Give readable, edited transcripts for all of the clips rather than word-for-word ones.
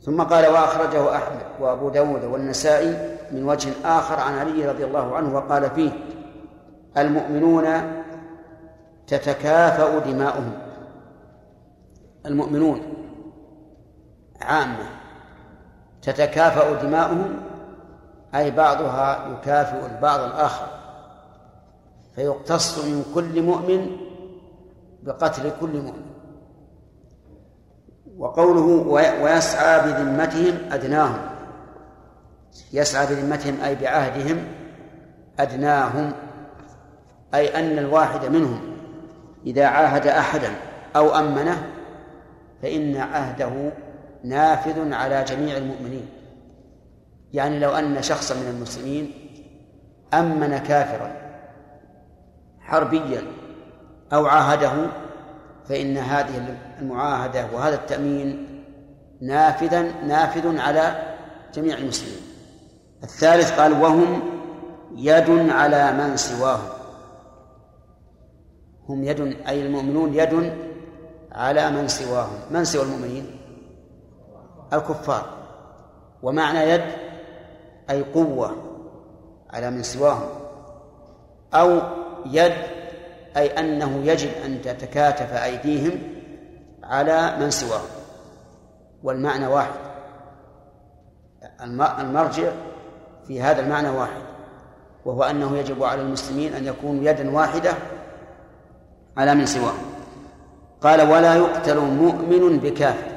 ثم قال: وأخرجه أحمد وأبو داود والنسائي من وجه آخر عن علي رضي الله عنه وقال فيه: المؤمنون تتكافأ دماؤهم. المؤمنون عامة تتكافأ دماؤهم، أي بعضها يكافئ البعض الآخر، فيقتص من كل مؤمن بقتل كل مؤمن. وقوله ويسعى بذمتهم أدناهم، يسعى بذمتهم أي بعهدهم أدناهم، أي أن الواحد منهم إذا عاهد أحدا أو أمنه فإن عهده نافذ على جميع المؤمنين. يعني لو أن شخصا من المسلمين أمن كافرا حربيا أو عاهده فإن هذه المعاهدة وهذا التأمين نافذ على جميع المسلمين. الثالث قال: وهم يد على من سواهم. هم يد أي المؤمنون يد على من سواهم. من سوى المؤمنين؟ الكفار. ومعنى يد أي قوة على من سواهم، أو يد أي أنه يجب أن تتكاتف أيديهم على من سواهم، والمعنى واحد. المرجع في هذا المعنى واحد، وهو أنه يجب على المسلمين أن يكونوا يدا واحدة على من سواهم. قال: ولا يقتل مؤمن بكافر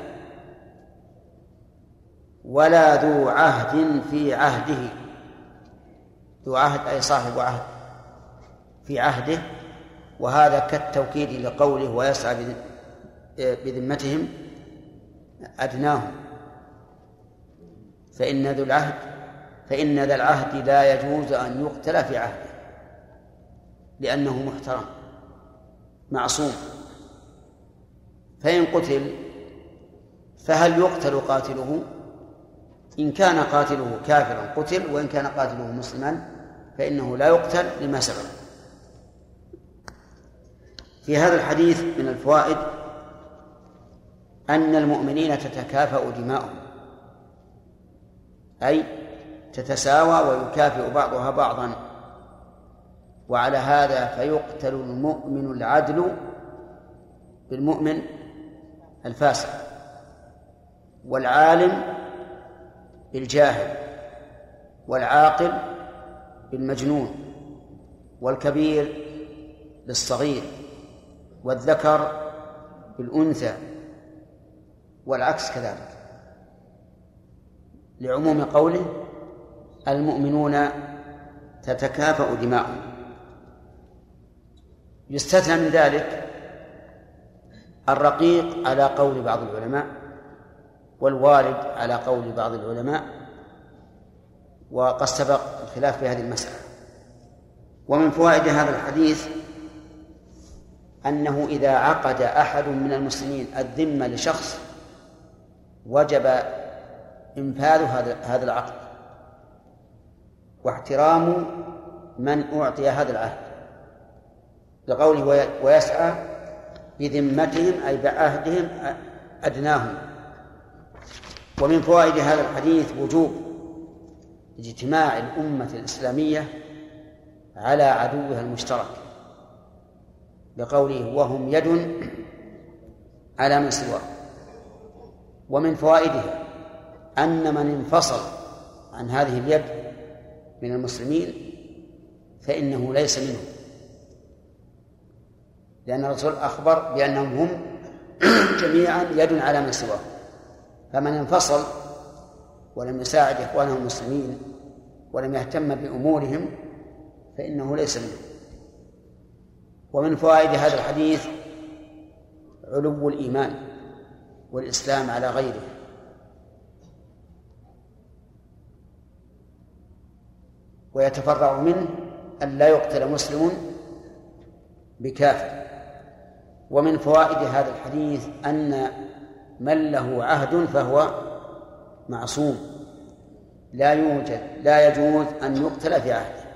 ولا ذو عهد في عهده. ذو عهد أي صاحب عهد في عهده، وهذا كالتوكيد لقوله ويسعى بذمتهم أدناهم، فإن ذا العهد لا يجوز أن يقتل في عهده لأنه محترم معصوم. فإن قتل فهل يقتل قاتله؟ إن كان قاتله كافرا قتل، وإن كان قاتله مسلما فإنه لا يقتل لما سبق. في هذا الحديث من الفوائد أن المؤمنين تتكافأ دماؤهم، أي تتساوى ويكافئ بعضها بعضا. وعلى هذا فيقتل المؤمن العدل بالمؤمن الفاسق، والعالم بالجاهل، والعاقل بالمجنون، والكبير بالصغير، والذكر بالأنثى، والعكس كذلك، لعموم قوله المؤمنون تتكافأ دماؤهم. يستثنى من ذلك الرقيق على قول بعض العلماء، والوالد على قول بعض العلماء، وقد سبق الخلاف في هذه المسألة. ومن فوائد هذا الحديث أنه إذا عقد أحد من المسلمين الذمة لشخص وجب إنفاذ هذا العقد واحترام من أعطي هذا العهد، لقوله ويسعى بذمتهم أي بعهدهم أدناهم. ومن فوائد هذا الحديث وجوب اجتماع الأمة الإسلامية على عدوها المشترك، بقوله وهم يد على من سواه. ومن فوائدها أن من انفصل عن هذه اليد من المسلمين فإنه ليس منهم، لأن الرسول أخبر بأنهم هم جميعا يد على من سواه، فمن انفصل ولم يساعد إخوانه المسلمين ولم يهتم بأمورهم فإنه ليس منهم. ومن فوائد هذا الحديث علو الإيمان والإسلام على غيره، ويتفرع منه أن لا يقتل مسلم بكافر. ومن فوائد هذا الحديث أن من له عهد فهو معصوم، لا يجوز أن يقتل في عهده.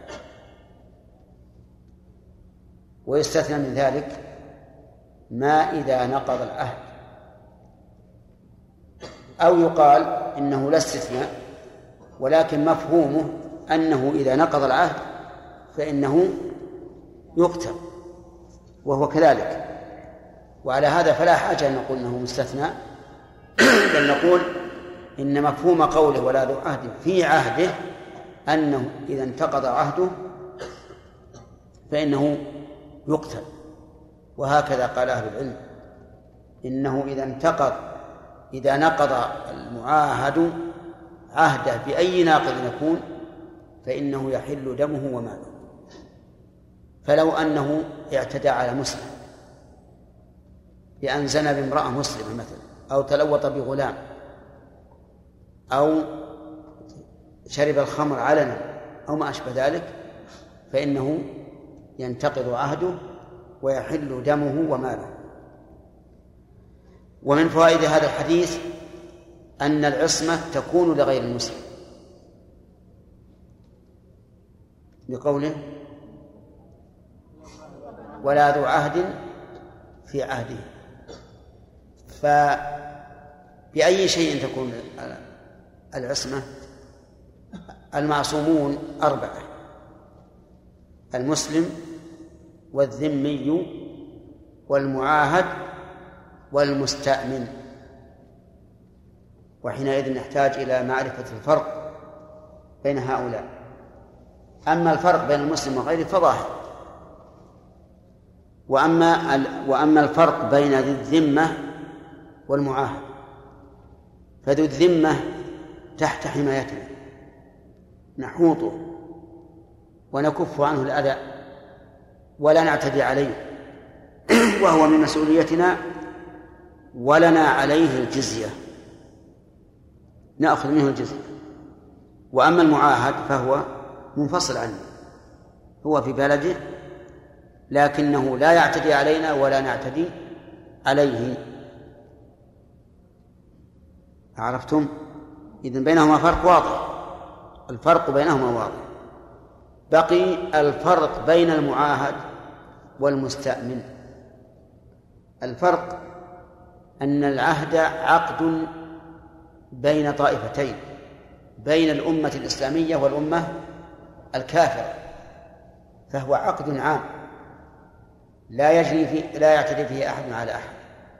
ويستثنى من ذلك ما إذا نقض العهد أو يقال إنه لا استثناء، ولكن مفهومه أنه إذا نقض العهد فإنه يقتل، وهو كذلك. وعلى هذا فلا حاجة أن نقول أنه مستثنى، بل نقول إن مفهوم قوله ولا ذو عهد في عهده أنه إذا انتقض عهده فإنه يقتل. وهكذا قال أهل العلم إنه إذا نقض المعاهد عهده بأي ناقض يكون فإنه يحل دمه وماله. فلو أنه اعتدى على مسلم بأن زنى بامرأة مسلمة مثلا، أو تلوط بغلام، أو شرب الخمر علنا، أو ما أشبه ذلك، فإنه ينتقض عهده ويحل دمه وماله. ومن فوائد هذا الحديث أن العصمة تكون لغير المسلم، بقوله ولا ذو عهد في عهده. فبأي شيء تكون العصمة؟ المعصومون 4: المسلم والذمي والمعاهد والمستأمن. وحينئذ نحتاج إلى معرفة الفرق بين هؤلاء. أما الفرق بين المسلم وغيره فظاهر، وأما الفرق بين ذي الذمة والمعاهد فذو الذمة تحت حمايتنا، نحوطه ونكف عنه الأذى ولا نعتدي عليه، وهو من مسؤوليتنا، ولنا عليه الجزية، نأخذ منه الجزية. وأما المعاهد فهو منفصل عنه، هو في بلده لكنه لا يعتدي علينا ولا نعتدي عليه. عرفتم؟ إذن بينهما فرق واضح، الفرق بينهما واضح. بقي الفرق بين المعاهد والمستأمن. الفرق أن العهد عقد بين طائفتين، بين الأمة الإسلامية والأمة الكافرة، فهو عقد عام لا يعتدي فيه أحد على أحد.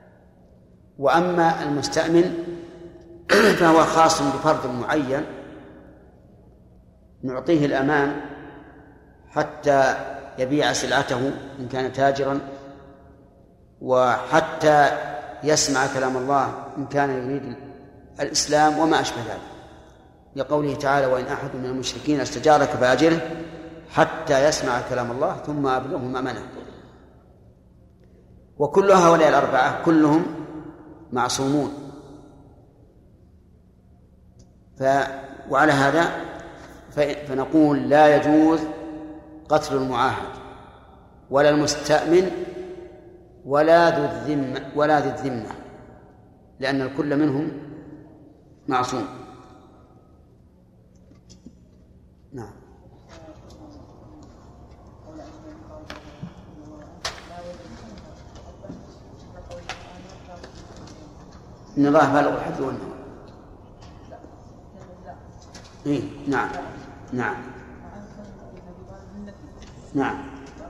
وأما المستأمن فهو خاص بفرد معين نعطيه الأمان حتى يبيع سلعته إن كان تاجرا، وحتى يسمع كلام الله إن كان يريد الإسلام وما أشبه ذلك، لقوله تعالى وإن أحد من المشركين استجارك فأجره حتى يسمع كلام الله ثم أبلغه مأمنه. وكل هؤلاء الأربعة كلهم معصومون. وعلى هذا فنقول لا يجوز قتل المعاهد ولا المستأمن ولا ذي الذمة، لأن الكل منهم معصوم. نعم. إن الله بالغ الحد والنهي. إيه نعم نعم نعم.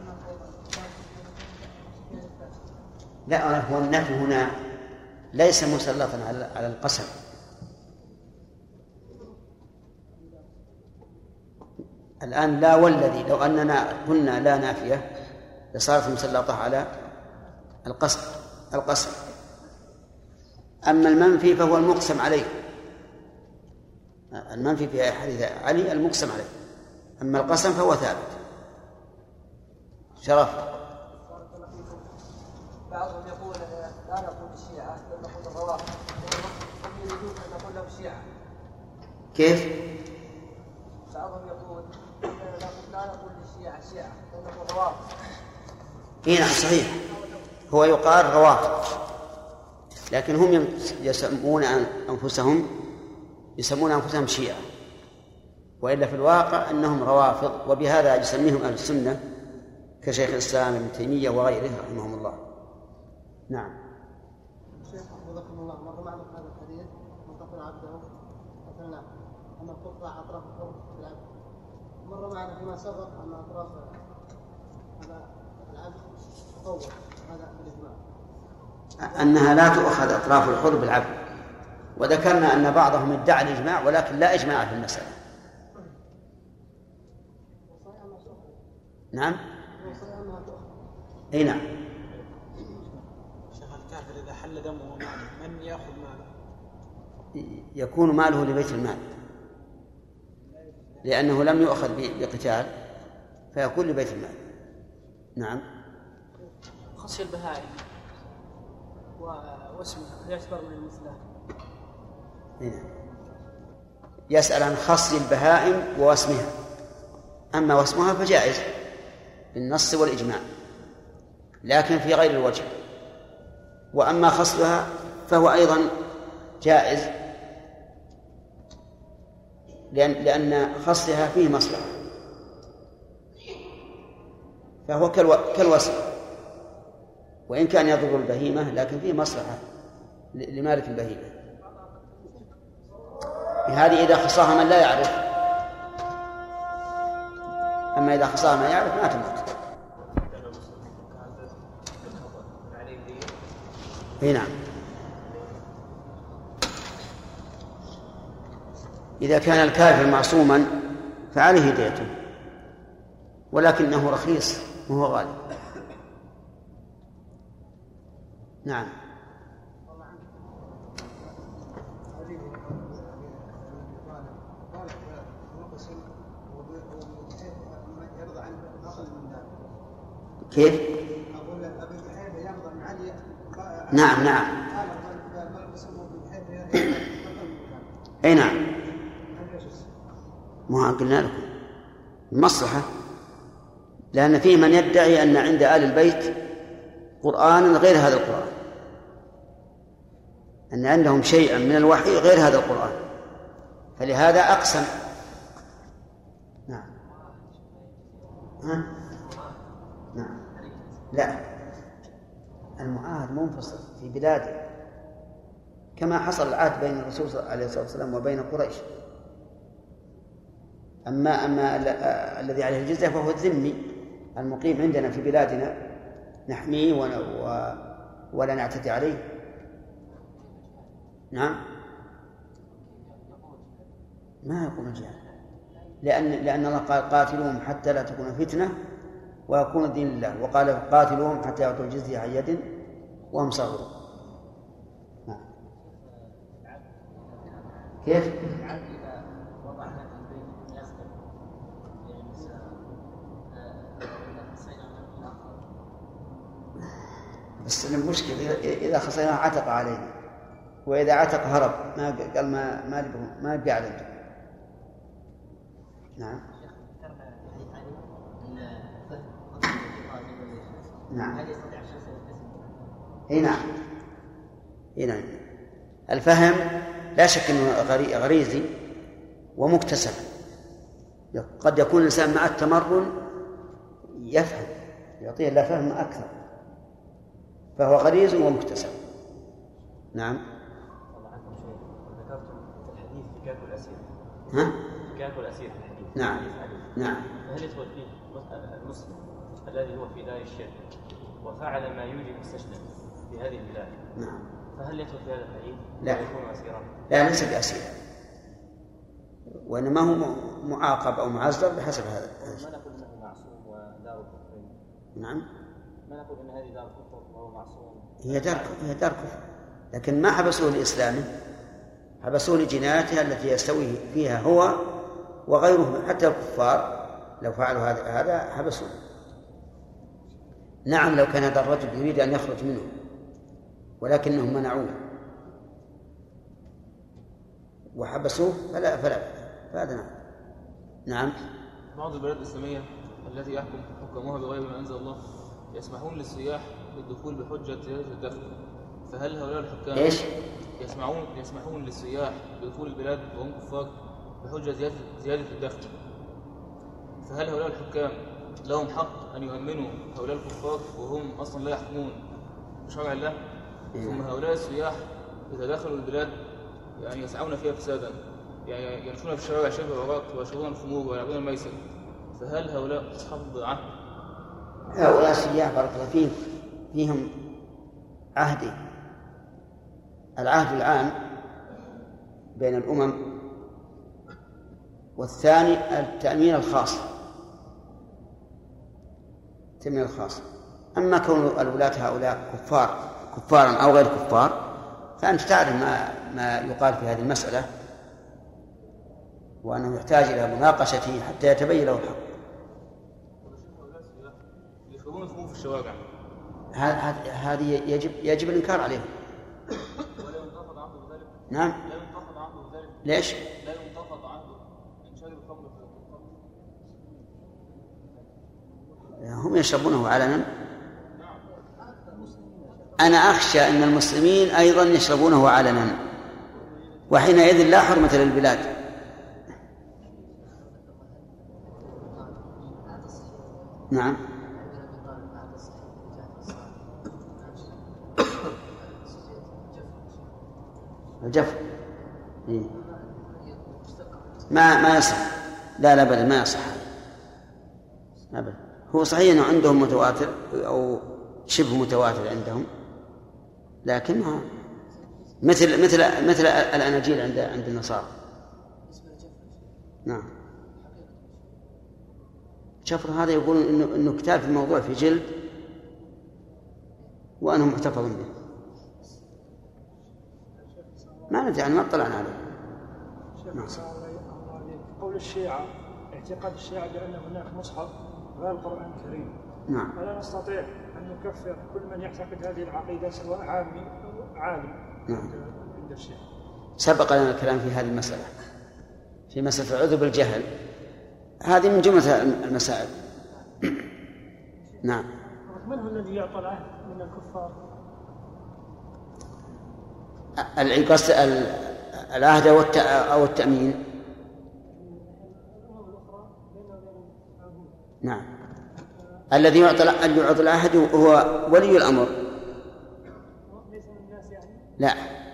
لا، هو النفي هنا ليس مسلطا على القسم. الآن لا والذي، لو أننا قلنا لا نافية لصارت مسلطة على القسم. أما المنفي فهو المقسم عليه، المنفي في حديث علي المقسم عليه، أما القسم فهو ثابت. شرف. بعضهم يقول لا نقول الشيعة بل نقول الروافض، هم يريدون أن نقول لهم الشيعة. كيف؟ بعضهم يقول لا نقول للشيعة شيعة بل نقول روافض. نعم صحيح، هو يقال روافض، لكن هم يسمون أنفسهم شيعة، وإلا في الواقع أنهم روافض، وبهذا يسميهم أهل السنة كشيخ الإسلام ابن تيمية وغيره رحمهم الله. نعم. شيخ حفظكم الله، مر معنا هذا الحديث عبده مثلا أن تقطع أطراف الحر بالعبد. مر معنا فيما سبق أن أطراف هذا العبد تطور، هذا الإجماع أنها لا تؤخذ أطراف الحر بالعبد، وذكرنا أن بعضهم ادعى الإجماع ولكن لا إجماع في المسألة. نعم. أي نعم. شيخ الكافر إذا حل دمه وماله من يأخذ ماله؟ يكون ماله لبيت المال، لأنه لم يؤخذ بقتال فيكون لبيت المال. نعم. خصي البهائم واسمها يعتبر من المثلات. نعم. يسأل عن خصي البهائم واسمها، أما واسمها فجائز بالنص والإجماع لكن في غير الوجه، وأما خصلها فهو أيضا جائز لأن خصلها فيه مصلحة، فهو كالوسم وإن كان يضر البهيمة لكن فيه مصلحة لمالك البهيمة. هذه إذا خصاها من لا يعرف، أما إذا خصاها من يعرف ما تموت. نعم. إذا كان الكافر معصوما فعليه ديته، ولكنه رخيص وهو غالي. نعم. كيف؟ نعم نعم. أي نعم. ما قلنا لكم المصلحة، لأن فيه من يدعي أن عند آل البيت قرآن غير هذا القرآن، أن عندهم شيئا من الوحي غير هذا القرآن، فلهذا أقسم. نعم. ها؟ نعم. لا، المعاهد منفصل في بلاده كما حصل العهد بين الرسول عليه الصلاة والسلام وبين قريش. أما الذي عليه الجزية فهو الذمي المقيم عندنا في بلادنا، نحميه ولا نعتدي عليه. نعم. ما يقوم الجهاد، لأن الله قال قاتلوهم حتى لا تكون فتنة ويكون الدين لله، وقال قاتلوهم حتى يعطوا الجزية عن يد وهم صاغرون. نعم. كيف؟ بس المشكلة إذا خصيناه عتق علينا، وإذا عتق هرب ما قال ما يبقى على أنتم. نعم. نعم. اي نعم. اي نعم. الفهم لا شك انه غريزي ومكتسب، قد يكون الانسان مع التمرن يفهم، يعطيه الله فهم اكثر، فهو غريز ومكتسب. نعم. الله عنكم شيء، ذكرتم في الحديث فكاك الاسير. ها؟ فكاك الاسير في الحديث. نعم. نعم. فهل يدخل فيه المسلم الذي هو في دار الشرك وفعل ما يوجب السجن في هذه البلاد؟ نعم. فهل يدخل في هذا الحديث؟ لا. ويكون اسيرا؟ لا، ليس بأسير، وإنما هو معاقب أو معذر بحسب هذا. ما نقول انه معصوم ودار كفر. نعم. ما نقول ان هذه دار كفر وهو معصوم. هي دار كفر، لكن ما حبسوه لإسلامه، حبسوه لجنايته التي يستوي فيها هو وغيره، حتى الكفار لو فعلوا هذا حبسوه. نعم، لو كان هذا الرجل يريد أن يخرج منه ولكنهم منعوه وحبسوه فلا فهذا نعم. نعم. بعض البلاد الإسلامية التي يحكم حكامها بغير ما أنزل الله يسمحون للسياح بالدخول بحجة زيادة الدخل، فهل هؤلاء الحكام إيش؟ يسمحون للسياح بدخول البلاد وهم كفار بحجة زيادة الدخل، فهل هؤلاء الحكام لهم حق أن يؤمنوا هؤلاء الكفار وهم أصلا لا يحكمون بشرع الله؟ ثم هؤلاء السياح إذا دخلوا البلاد يعني يسعون فيها فسادا، يعني يمشون في الشوارع شبه العراق ويشربون الخمور ويلعبون الميسر، فهل هؤلاء أصحاب عهد؟ هؤلاء سياح بارك الله فيهم، فيهم عهد، العهد العام بين الأمم، والثاني التأمين الخاص، التأمين الخاص. أما كون الولاة هؤلاء كفارا أو غير كفار فأنت تعرف ما يقال في هذه المسألة، وأنه يحتاج إلى مناقشته حتى يتبين له الحق. يشربون الخمور في الشوارع، هذه يجب الإنكار عليهم. ولا ينتقد عنه بذلك؟ نعم. لا ينتقد عنه بذلك؟ ليش؟ لا ينتقد عنه إنشاء الخمر في الخمر. هم يشربونه علنا. أنا أخشى أن المسلمين أيضا يشربونه علنا، وحينئذ لا حرمة للبلاد. نعم. الجف ما يصح، لا بل ما يصح أبدا. هو صحيح أنه عندهم متواتر أو شبه متواتر عندهم، لكنها مثل الأناجيل عند النصارى. نعم. شفر هذا يقولون إنه كتاب في الموضوع في جلد وأنهم محتفظون به. ما ندري، ما اطلعنا عليه. نعم. قول الشيعة، اعتقاد الشيعة بأن هناك مصحف غير القرآن الكريم. نعم. فلا نستطيع أن نكفر كل من يعتقد هذه العقيدة سواء عامي أو عالم. نعم. عند الشيعة سبق لنا الكلام في هذه المسألة، في مسألة العذر بالجهل، هذه من جملة المسائل. نعم. من هو الذي يعطى العهد من الكفار؟ القصد العهد أو التأمين. نعم. الذي يعطى العهد هو ولي الأمر. لا.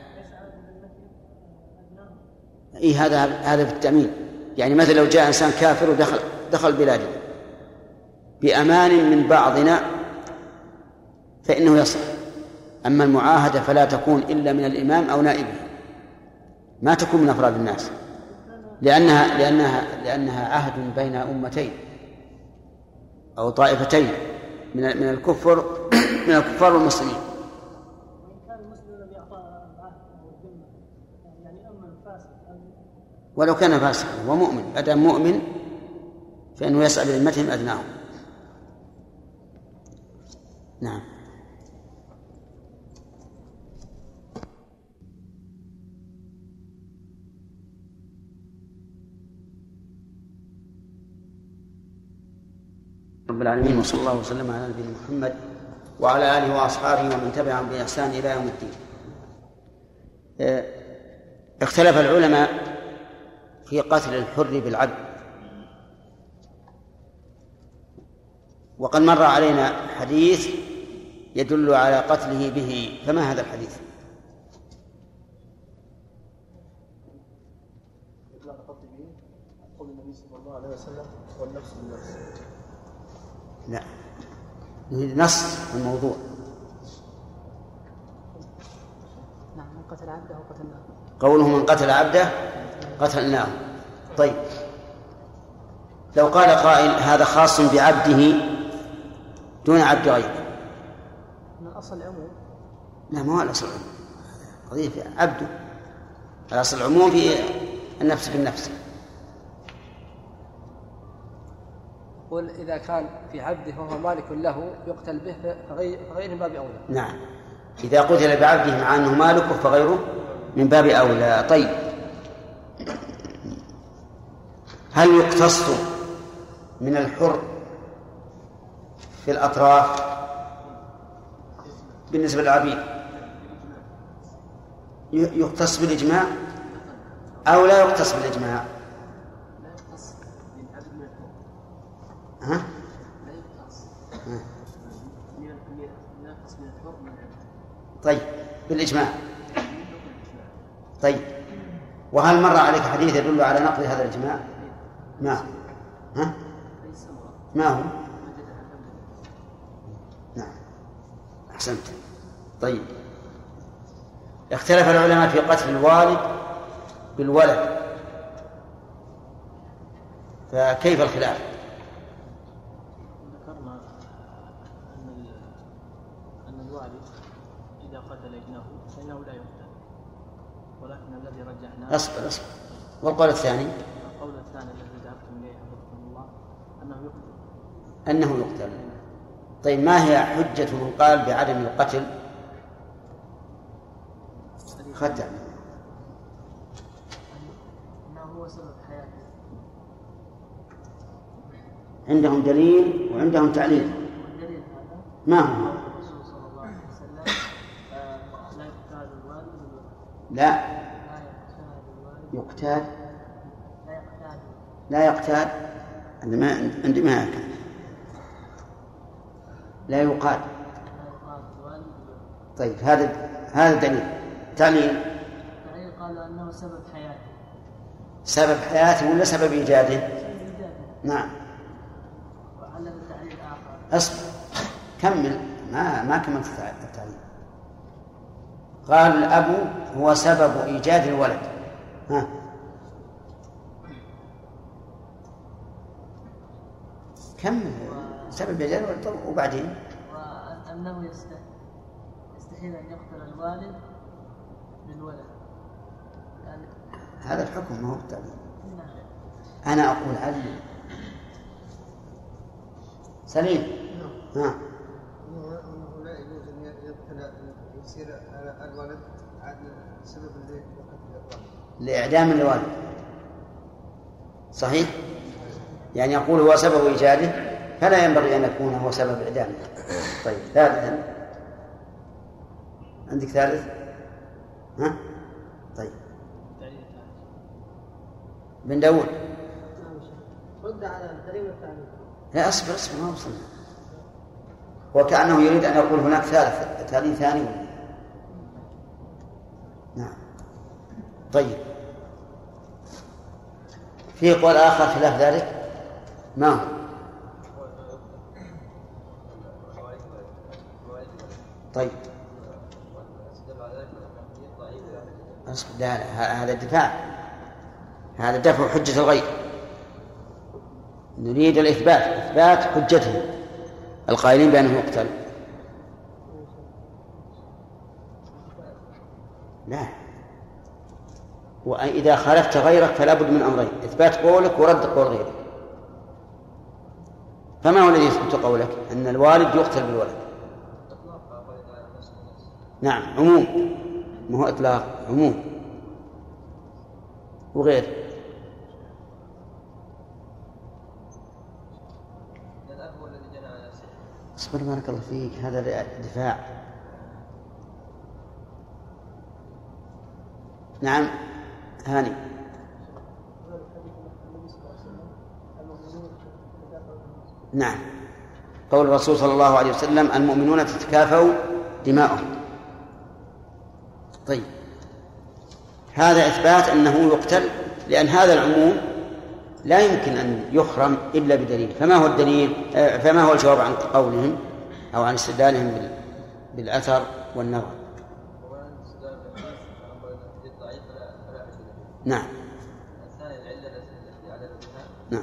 هذا في التأمين، يعني مثلا لو جاء إنسان كافر ودخل بلادنا بأمان من بعضنا فإنه يصح. أما المعاهدة فلا تكون إلا من الإمام أو نائبه، ما تكون من أفراد الناس، لأنها عهد بين أمتين أو طائفتين من الكفار والمسلمين. ولو كان فاسقا ومؤمن، أدام مؤمن فإنه يسعى بذمتهم أدناهم. نعم. رب العالمين، وصلى الله وسلم على نبينا محمد وعلى آله وأصحابه ومن تبعهم بإحسان إلى يوم الدين. اختلف العلماء في قتل الحر بالعبد، وقد مر علينا حديث يدل على قتله به، فما هذا الحديث؟ قول النبي صلى الله عليه وسلم والنفس بالنفس. لا، نص الموضوع. نعم. من قتل عبده قتلناه. قوله من قتل عبده قتلناه. طيب، لو قال قائل هذا خاص بعبده دون عبد غيره. من أصل العموم. لا، ما هو الأصل العموم، قضية في عبده. الأصل العموم في النفس بالنفس. قل إذا كان في عبده وهو مالك له يقتل به فغيره من باب أولى. نعم، إذا قتل بعبده مع أنه مالك فغيره من باب أولى. طيب، هل يقتص من الحر في الأطراف بالنسبة للعبيد؟ يقتص بالإجماع أو لا يقتص بالإجماع؟ طيب، بالإجماع. طيب، وهل مر عليك حديث يدل على نقض هذا الإجماع؟ ما ها؟ ما هو؟ نعم أحسنت. طيب اختلف العلماء في قتل الوالد بالولد، فكيف الخلاف؟ ذكرنا أن الوالد إذا قتل ابنه فإنه لا يقتل، ولكن الذي رجحناه أصبر والقول الثاني القول الثاني الذي ذهبتم إليه حفظكم الله أنه يقتل. طيب ما هي حجة من قال بعدم القتل؟ ختم أنه هو سبب حياته. عندهم دليل وعندهم تعليل. والدليل هذا ما هو؟ الرسول صلى الله عليه وسلم لا يقتال الوالد لا يقتال لا يقتال عندي ما هكذا لا يقال. طيب هذا دليل. تعليل قالوا أنه سبب حياته. سبب حياته ولا سبب إيجاده؟ نعم. وعلم التعليل آخر. أصبر كمل ما كملت التعليل. قال الأب هو سبب إيجاد الولد. ها كمل سبب إيجاد الولد وبعدين وأنه يستحيل أن يقتل الوالد بالولد يعني هذا الحكم ما هو التعليل. أنا أقول علم سليم. ها أنه لا يجوز أن يقتل يصير الولد سبب لقتل الوالد لإعدام الوالد. صحيح؟ يعني يقول هو سبب إيجاده فلا ينبغي أن يكون هو سبب إعدامه. طيب ثالثا عندك ثالث؟ ها؟ طيب بن داود رد على الدليل الثاني. لا أصبر ما وصلنا. وكأنه يريد أن يقول هناك تعليل ثاني. نعم. طيب في قول آخر خلاف ذلك ما هو؟ طيب لا هذا الدفاع، هذا دفع حجة الغير. نريد إثبات حجته القائلين بأنه يقتل. لا وإذا خالفت غيرك فلا بد من أمرين: إثبات قولك ورد قول غيرك. فما هو الذي يثبت قولك أن الوالد يقتل بالولد؟ نعم عموم، ما هو إطلاق، عموم وغير. اصبر بارك الله فيك، هذا دفاع. نعم هاني. نعم قول الرسول صلى الله عليه وسلم: المؤمنون تتكافأ دماؤهم. طيب هذا إثبات أنه يقتل، لأن هذا العموم لا يمكن أن يخرم إلا بدليل. فما هو الدليل؟ فما هو الجواب عن قولهم أو عن استدلالهم بالأثر والنظر؟ نعم نعم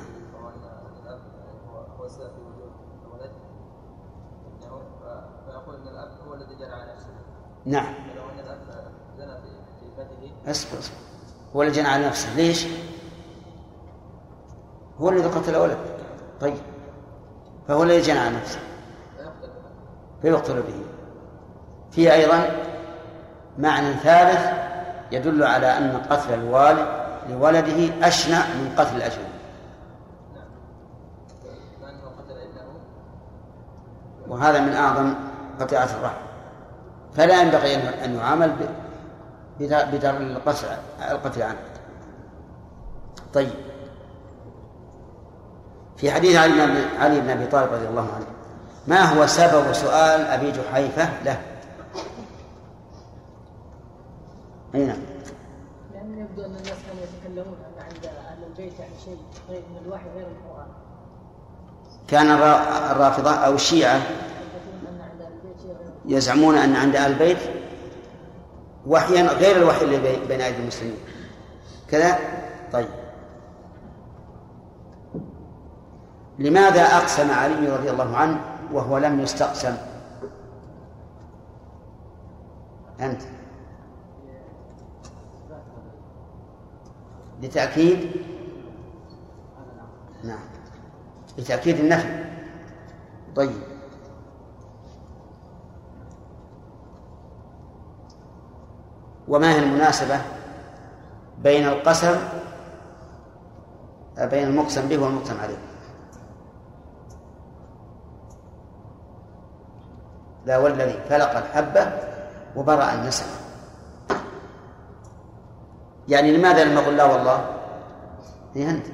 نعم. اصبر هو اللي جنى على نفسه. ليش؟ هو الذي قتل ولد. طيب فهو الذي جنى على نفسه فيقتل به. فيه أيضا معنى ثالث يدل على أن قتل الوالد لولده أشنع من قتل الأجنبي. وهذا من أعظم قطيعة الرحم، فلا ينبغي أن يعامل بدار القتل عنه. طيب في حديث علي بن أبي طالب رضي الله عنه: ما هو سبب سؤال أبي جحيفة له؟ أين؟ لأن يبدو أن الناس أن عند أهل البيت يعني شيء قريب من الوحي غير القرآن. كان الرافضة أو الشيعة يزعمون أن عند أهل البيت وحيا غير الوحي اللي بين أيدي المسلمين كذا. طيب لماذا أقسم علي رضي الله عنه وهو لم يستقسم؟ أنت لتأكيد، نعم لتأكيد النفي. طيب وما هي المناسبة بين القسم بين المقسم به والمقسم عليه؟ لا والذي فلق الحبة وبرأ النسمة. يعني لماذا لم أقل لا والله؟ هي أنت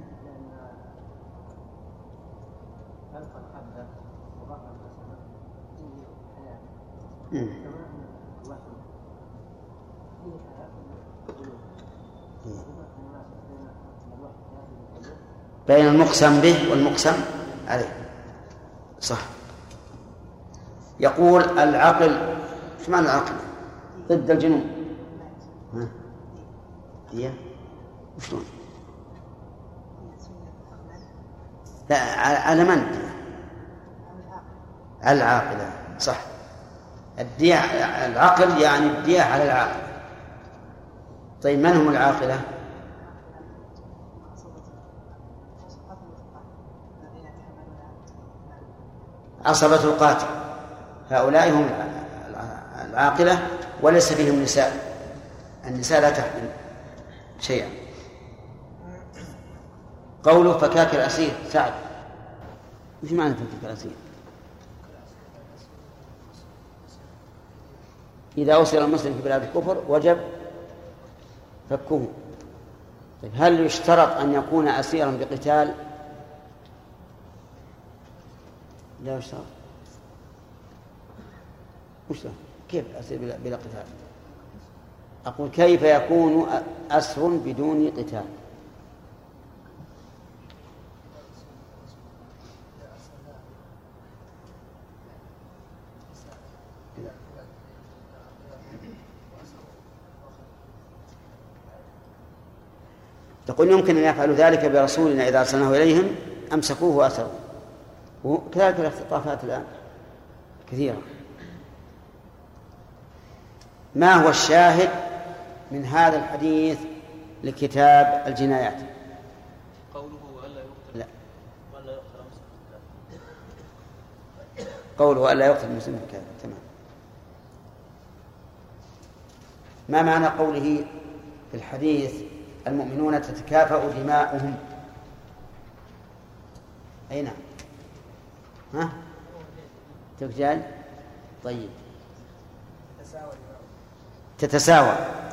بين المقسم به والمقسم عليه. صح. يقول العقل، ايش معنى العقل؟ ضد الجنون. هي وشلون؟ لا على من؟ العاقلة. صح. الدية العقل يعني الدية على العاقل. طيب من هم العاقلة؟ عصبة القاتل، هؤلاء هم العاقلة وليس فيهم نساء. النساء لا تحمل شيئا. قوله فكاك الأسير. سعد ايش معنى فكاك الأسير؟ إذا أسر المسلم في بلاد الكفر وجب فكه. طيب هل يشترط أن يكون أسيرا بقتال؟ لا يشترط. كيف أسير بلا قتال؟ أقول كيف يكون أسر بدون قتال؟ تقول يمكن أن يفعلوا ذلك برسولنا إذا أرسلناه إليهم أمسكوه وأسروه. وكذلك الاختطافات الآن كثيرة. ما هو الشاهد من هذا الحديث لكتاب الجنايات؟ قوله وألا يقتل. لا. وألا يقتل مسلم. قوله وألا يقتل المسلم كذا. تمام. ما معنى قوله في الحديث المؤمنون تتكافأ دماؤهم؟ أي نعم. ها؟ تفجال. طيب تتساوى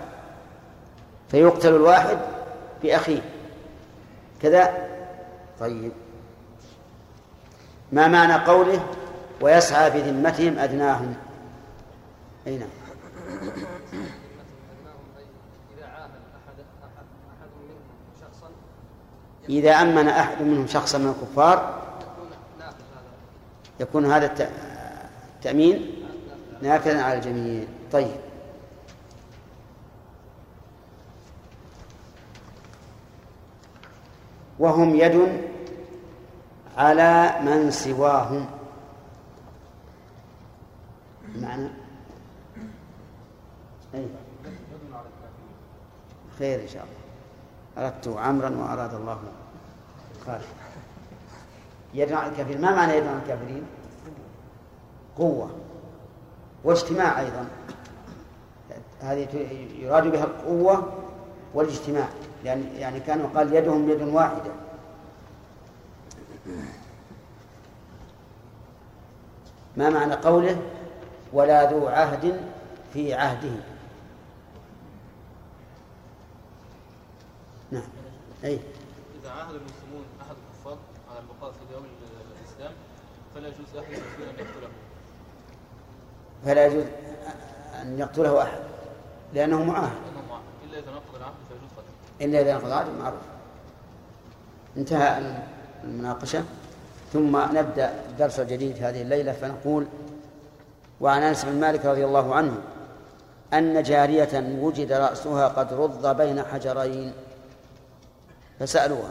فيقتل الواحد بأخيه كذا. طيب ما معنى قوله ويسعى بذمتهم أدناهم؟ أي نعم. إذا أمن أحد منهم شخصا من الكفار يكون هذا التأمين نافذا على الجميع. طيب وهم يد على من سواهم. معنى أي خير إن شاء الله. أردت عمرا وأراد الله خالد. يد على الكافرين. ما معنى يد على الكافرين؟ قوة واجتماع أيضا. هذه يراد بها القوة والاجتماع، يعني كانوا قال يدهم يد واحدة. ما معنى قوله ولا ذو عهد في عهده؟ نعم. أي إذا عاهد المسلمون أحد الكفار على البقاء في دولة الإسلام فلا يجوز أحد المسلمين أن يقتله. فلا يجوز أن يقتله أحد لأنه معاهد. إلا إذا نقض العهد فيجوز قتله. إلا إذا انقضى العادة معروف. انتهى المناقشة. ثم نبدأ الدرس الجديد هذه الليلة، فنقول: وعن أنس بن مالك رضي الله عنه أن جارية وجد رأسها قد رض بين حجرين فسألوها.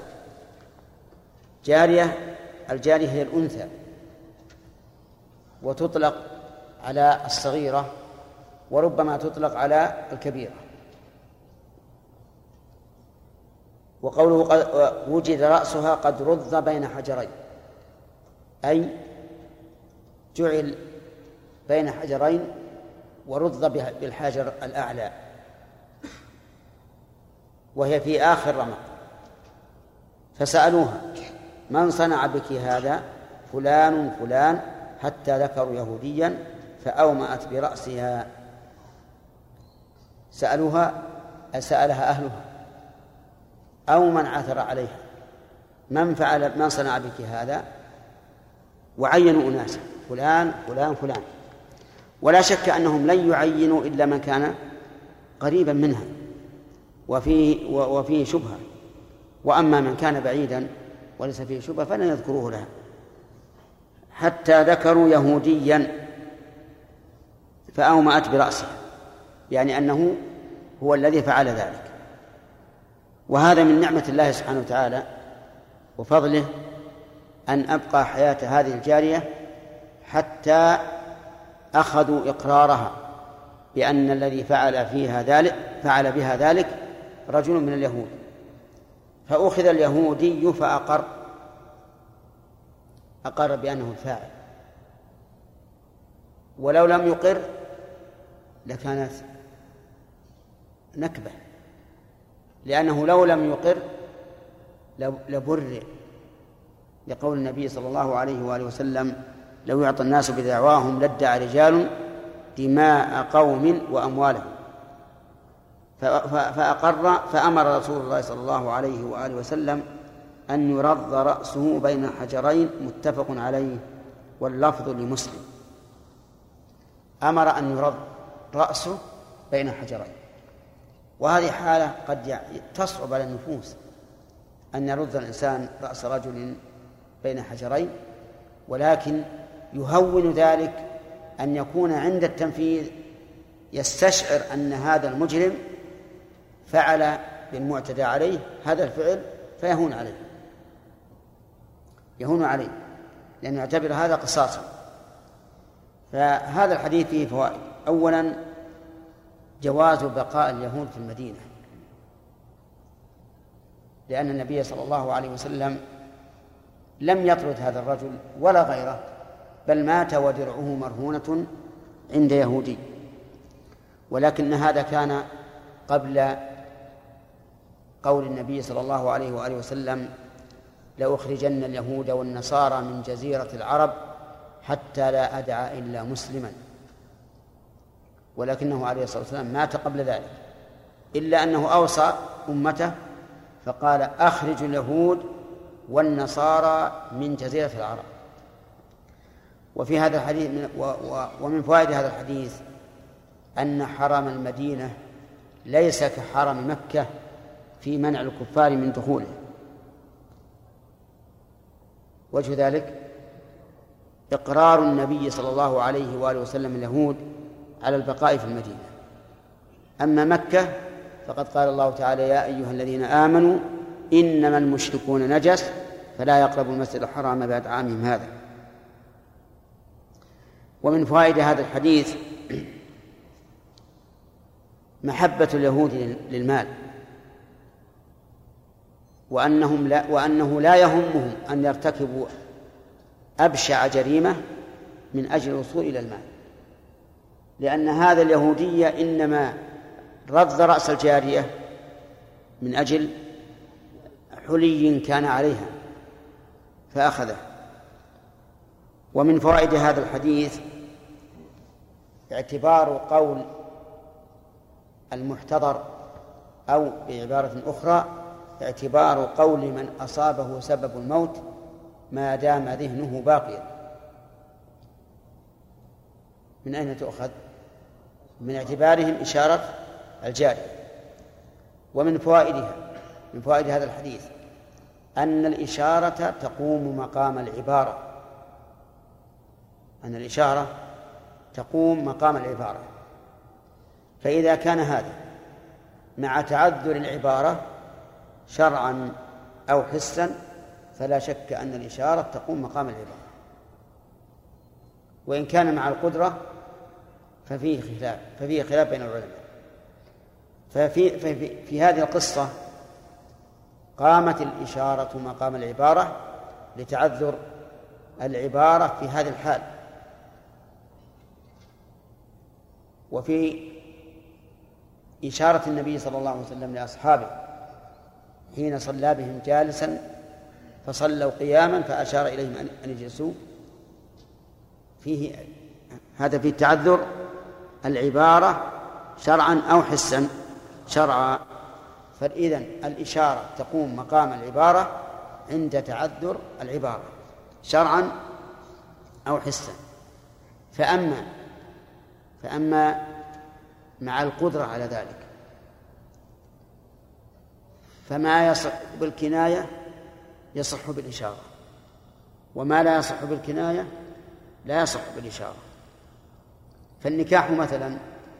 الجارية هي الأنثى، وتطلق على الصغيرة وربما تطلق على الكبيرة. وقوله وجد رأسها قد رض بين حجرين، أي جعل بين حجرين ورض بالحجر الأعلى، وهي في آخر رمق. فسألوها: من صنع بك هذا؟ فلان فلان، حتى ذكروا يهوديا فأومأت برأسها. سألوها سألها أهلها أو من عثر عليها: من صنع بك هذا؟ وعينوا أناسا: فلان فلان فلان. ولا شك أنهم لن يعينوا إلا من كان قريبا منها وفيه شبهة، وأما من كان بعيدا وليس فيه شبهة فلن يذكروه لها. حتى ذكروا يهوديا فأومأت برأسه، يعني أنه هو الذي فعل ذلك. وهذا من نعمة الله سبحانه وتعالى وفضله أن أبقى حياة هذه الجارية حتى أخذوا إقرارها بأن الذي فعل بها ذلك رجل من اليهود. فأخذ اليهودي فأقر بأنه الفاعل، ولو لم يقر لكانت نكبة، لأنه لو لم يقر لبرئ، لقول النبي صلى الله عليه وآله وسلم: لو يعطى الناس بدعواهم لادعى رجال دماء قوم وأموالهم. فأقر، فأمر رسول الله صلى الله عليه وآله وسلم أن يرض رأسه بين حجرين، متفق عليه واللفظ لمسلم. أمر أن يرض رأسه بين حجرين، وهذه حالة قد تصعب على النفوس أن يرد الإنسان رأس رجل بين حجرين، ولكن يهون ذلك أن يكون عند التنفيذ يستشعر أن هذا المجرم فعل بالمعتدى عليه هذا الفعل، فيهون عليه لأنه يعتبر هذا قصاصا. فهذا الحديث فيه فوائد. أولا: جواز بقاء اليهود في المدينة، لأن النبي صلى الله عليه وسلم لم يطرد هذا الرجل ولا غيره، بل مات ودرعه مرهونة عند يهودي. ولكن هذا كان قبل قول النبي صلى الله عليه وآله وسلم: لأخرجن اليهود والنصارى من جزيرة العرب حتى لا أدع إلا مسلما. ولكنه عليه الصلاة والسلام مات قبل ذلك، إلا أنه أوصى أمته فقال: أخرج اليهود والنصارى من جزيرة العرب. وفي هذا الحديث ومن فوائد هذا الحديث أن حرم المدينة ليس كحرم مكة في منع الكفار من دخوله. وجه ذلك إقرار النبي صلى الله عليه وآله وسلم اليهود على البقاء في المدينة. أما مكة فقد قال الله تعالى: يا أيها الذين آمنوا إنما المشركون نجس فلا يقربوا المسجد الحرام بعد عامهم هذا. ومن فوائد هذا الحديث محبة اليهود للمال، وأنه لا يهمهم أن يرتكبوا أبشع جريمة من أجل الوصول إلى المال، لأن هذا اليهودية إنما رض رأس الجارية من أجل حلي كان عليها فأخذه. ومن فوائد هذا الحديث اعتبار قول المحتضر، أو بعبارة أخرى اعتبار قول من أصابه سبب الموت ما دام ذهنه باقيا. من أين تؤخذ؟ من اعتبارهم إشارة الجارية. ومن فوائدها من فوائد هذا الحديث أن الإشارة تقوم مقام العبارة، أن الإشارة تقوم مقام العبارة. فإذا كان هذا مع تعذر العبارة شرعا أو حسا فلا شك أن الإشارة تقوم مقام العبارة، وإن كان مع القدرة ففيه خلاف بين العلماء. في هذه القصة قامت الإشارة مقام العبارة لتعذر العبارة في هذه الحال. وفي إشارة النبي صلى الله عليه وسلم لأصحابه حين صلى بهم جالسا فصلوا قياما فأشار إليهم أن يجلسوا، فيه هذا في تعذر العبارة شرعا أو حسا. شرعا، فإذن الإشارة تقوم مقام العبارة عند تعذر العبارة شرعا أو حسا. فأما مع القدرة على ذلك فما يصح بالكناية يصح بالإشارة، وما لا يصح بالكناية لا يصح بالإشارة. فالنكاح مثلا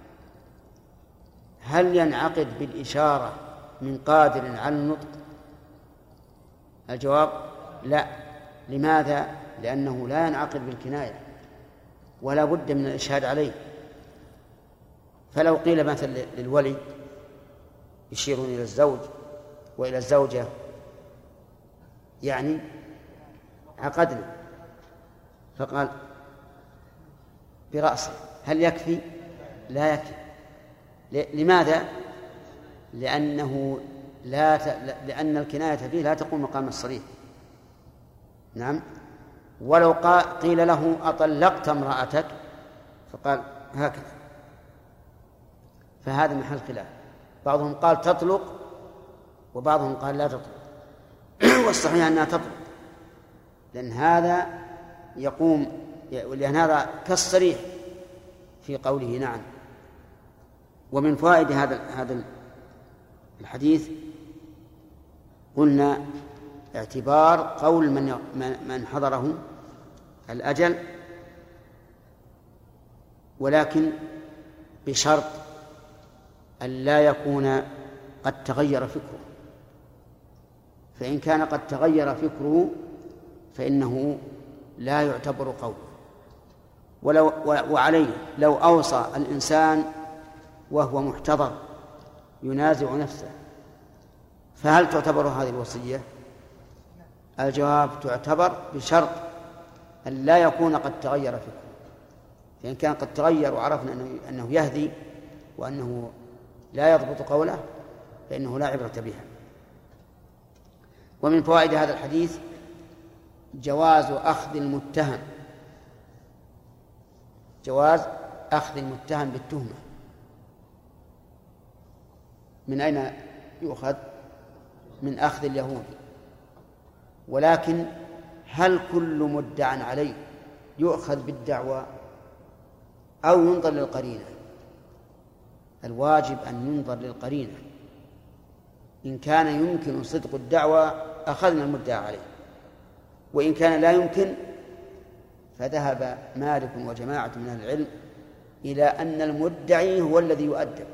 هل ينعقد بالإشارة من قادر على النطق؟ الجواب لا. لماذا؟ لأنه لا ينعقد بالكناية ولا بد من الإشهاد عليه. فلو قيل مثلا للولي يشيرون إلى الزوج وإلى الزوجة يعني عقدنا، فقال برأسه، هل يكفي؟ لا يكفي. لماذا؟ لأن الكناية فيه لا تقوم مقام الصريح. نعم. ولو قيل له أطلقت امرأتك فقال هكذا، فهذا محل خلاف. بعضهم قال تطلق وبعضهم قال لا تطلق والصحيح أنها تطلق، لأن هذا لأن هذا كالصريح في قوله نعم. ومن فوائد هذا الحديث قلنا اعتبار قول من حضره الأجل، ولكن بشرط أن لا يكون قد تغير فكره. فإن كان قد تغير فكره فإنه لا يعتبر قوله. وعليه لو أوصى الإنسان وهو محتضر ينازع نفسه فهل تعتبر هذه الوصية؟ الجواب تعتبر بشرط أن لا يكون قد تغير فكره. فإن كان قد تغير وعرفنا أنه يهدي وأنه لا يضبط قوله فإنه لا عبرة بها. ومن فوائد هذا الحديث جواز أخذ المتهم بالتهمة. من أين يؤخذ؟ من أخذ اليهود. ولكن هل كل مدع عليه يؤخذ بالدعوى أو ينظر للقرينة؟ الواجب أن ينظر للقرينة. إن كان يمكن صدق الدعوى أخذنا المدعى عليه، وإن كان لا يمكن فذهب مالك وجماعة من أهل العلم إلى أن المدعي هو الذي يؤدب.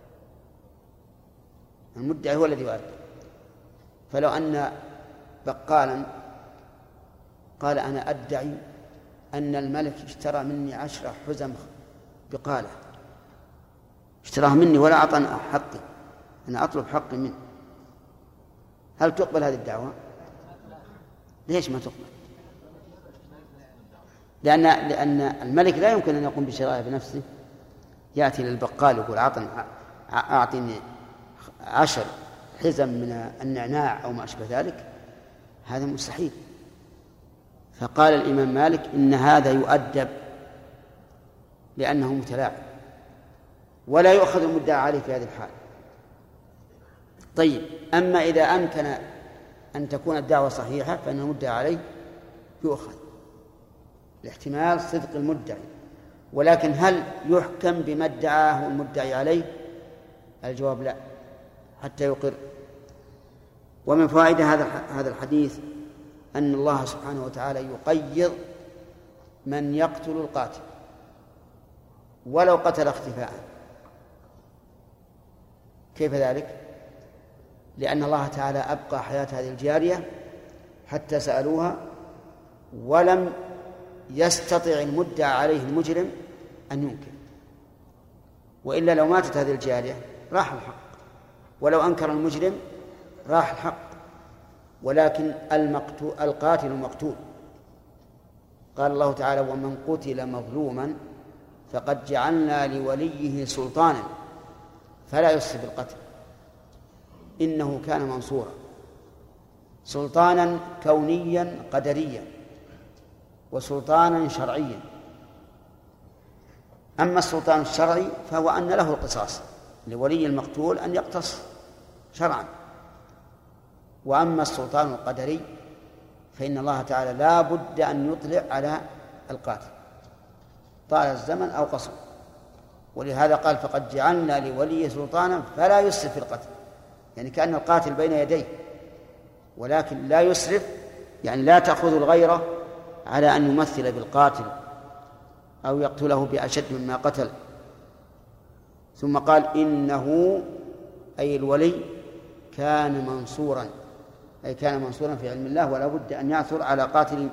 المدعي هو الذي يؤدب. فلو أن بقالا قال أنا أدعي أن الملك اشترى مني 10 حزم بقالة، اشتراه مني ولا أعطاني حقي، أنا أطلب حقي منه، هل تقبل هذه الدعوة؟ ليش ما تقبل؟ لأن الملك لا يمكن أن يقوم بشرائه بنفسه. يأتي للبقال يقول أعطني 10 حزم من النعناع أو ما أشبه ذلك، هذا مستحيل. فقال الإمام مالك إن هذا يؤدب لأنه متلاعب ولا يؤخذ المدعى عليه في هذه الحال. طيب، أما إذا أمكن أن تكون الدعوة صحيحة فإن المدعى عليه يؤخذ لاحتمال صدق المدعي. ولكن هل يحكم بما ادعاه المدعي عليه؟ الجواب لا، حتى يقر. ومن فوائد هذا الحديث أن الله سبحانه وتعالى يقيض من يقتل القاتل ولو قتل اختفاء. كيف ذلك؟ لأن الله تعالى أبقى حياة هذه الجارية حتى سألوها ولم يستطع المدعى عليه المجرم أن ينكر، وإلا لو ماتت هذه الجارية راح الحق، ولو أنكر المجرم راح الحق، ولكن القاتل مقتول. قال الله تعالى: ومن قتل مظلوما فقد جعلنا لوليه سلطانا فلا يسرف القتل إنه كان منصورا. سلطانا كونيا قدريا وسلطانا شرعيا. أما السلطان الشرعي فهو أن له القصاص لولي المقتول أن يقتص شرعا، وأما السلطان القدري فإن الله تعالى لا بد أن يطلع على القاتل طال الزمن أو قصر، ولهذا قال: فقد جعلنا لولي سلطانا فلا يسرف في القتل، يعني كأن القاتل بين يديه، ولكن لا يسرف يعني لا تأخذ الغيرة على أن يمثل بالقاتل أو يقتله بأشد مما قتل. ثم قال: إنه أي الولي كان منصورا، أي كان منصورا في علم الله، ولا بد أن يعثر على قاتل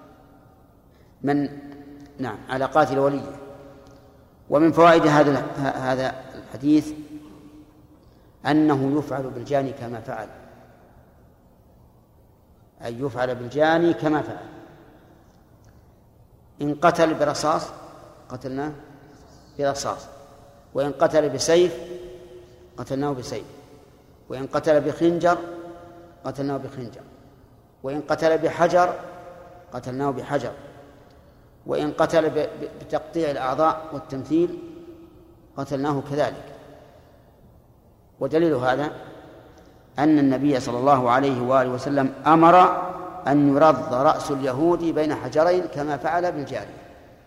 على قاتل وليه. ومن فوائد هذا الحديث أنه يفعل بالجاني كما فعل، أي يفعل بالجاني كما فعل. إن قتل برصاص قتلناه برصاص، وإن قتل بسيف قتلناه بسيف، وإن قتل بخنجر قتلناه بخنجر، وإن قتل بحجر قتلناه بحجر، وإن قتل بتقطيع الأعضاء والتمثيل قتلناه كذلك. ودليل هذا أن النبي صلى الله عليه وآله وسلم أمر أن يرض رأس اليهودي بين حجرين كما فعل بالجارية،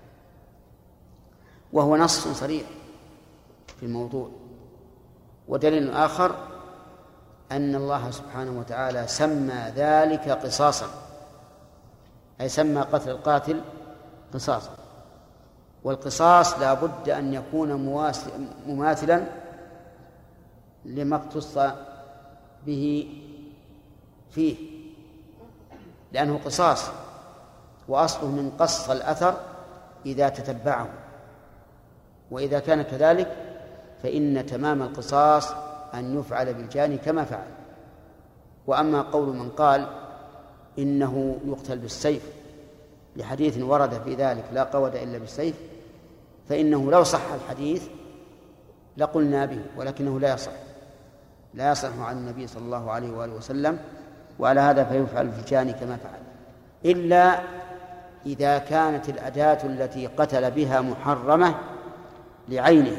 وهو نص صريح في الموضوع. ودليل آخر أن الله سبحانه وتعالى سمى ذلك قصاصا، أي سمى قتل القاتل قصاصا، والقصاص لا بد أن يكون مماثلا لما اقتص به فيه، لأنه قصاص، وأصله من قص الأثر إذا تتبعه، وإذا كان كذلك فإن تمام القصاص أن يفعل بالجاني كما فعل. وأما قول من قال إنه يقتل بالسيف لحديث ورد في ذلك لا قود إلا بالسيف، فإنه لو صح الحديث لقلنا به، ولكنه لا يصح عن النبي صلى الله عليه وآله وسلم، وعلى هذا فيفعل بالجاني كما فعل، إلا إذا كانت الأداة التي قتل بها محرمة لعينها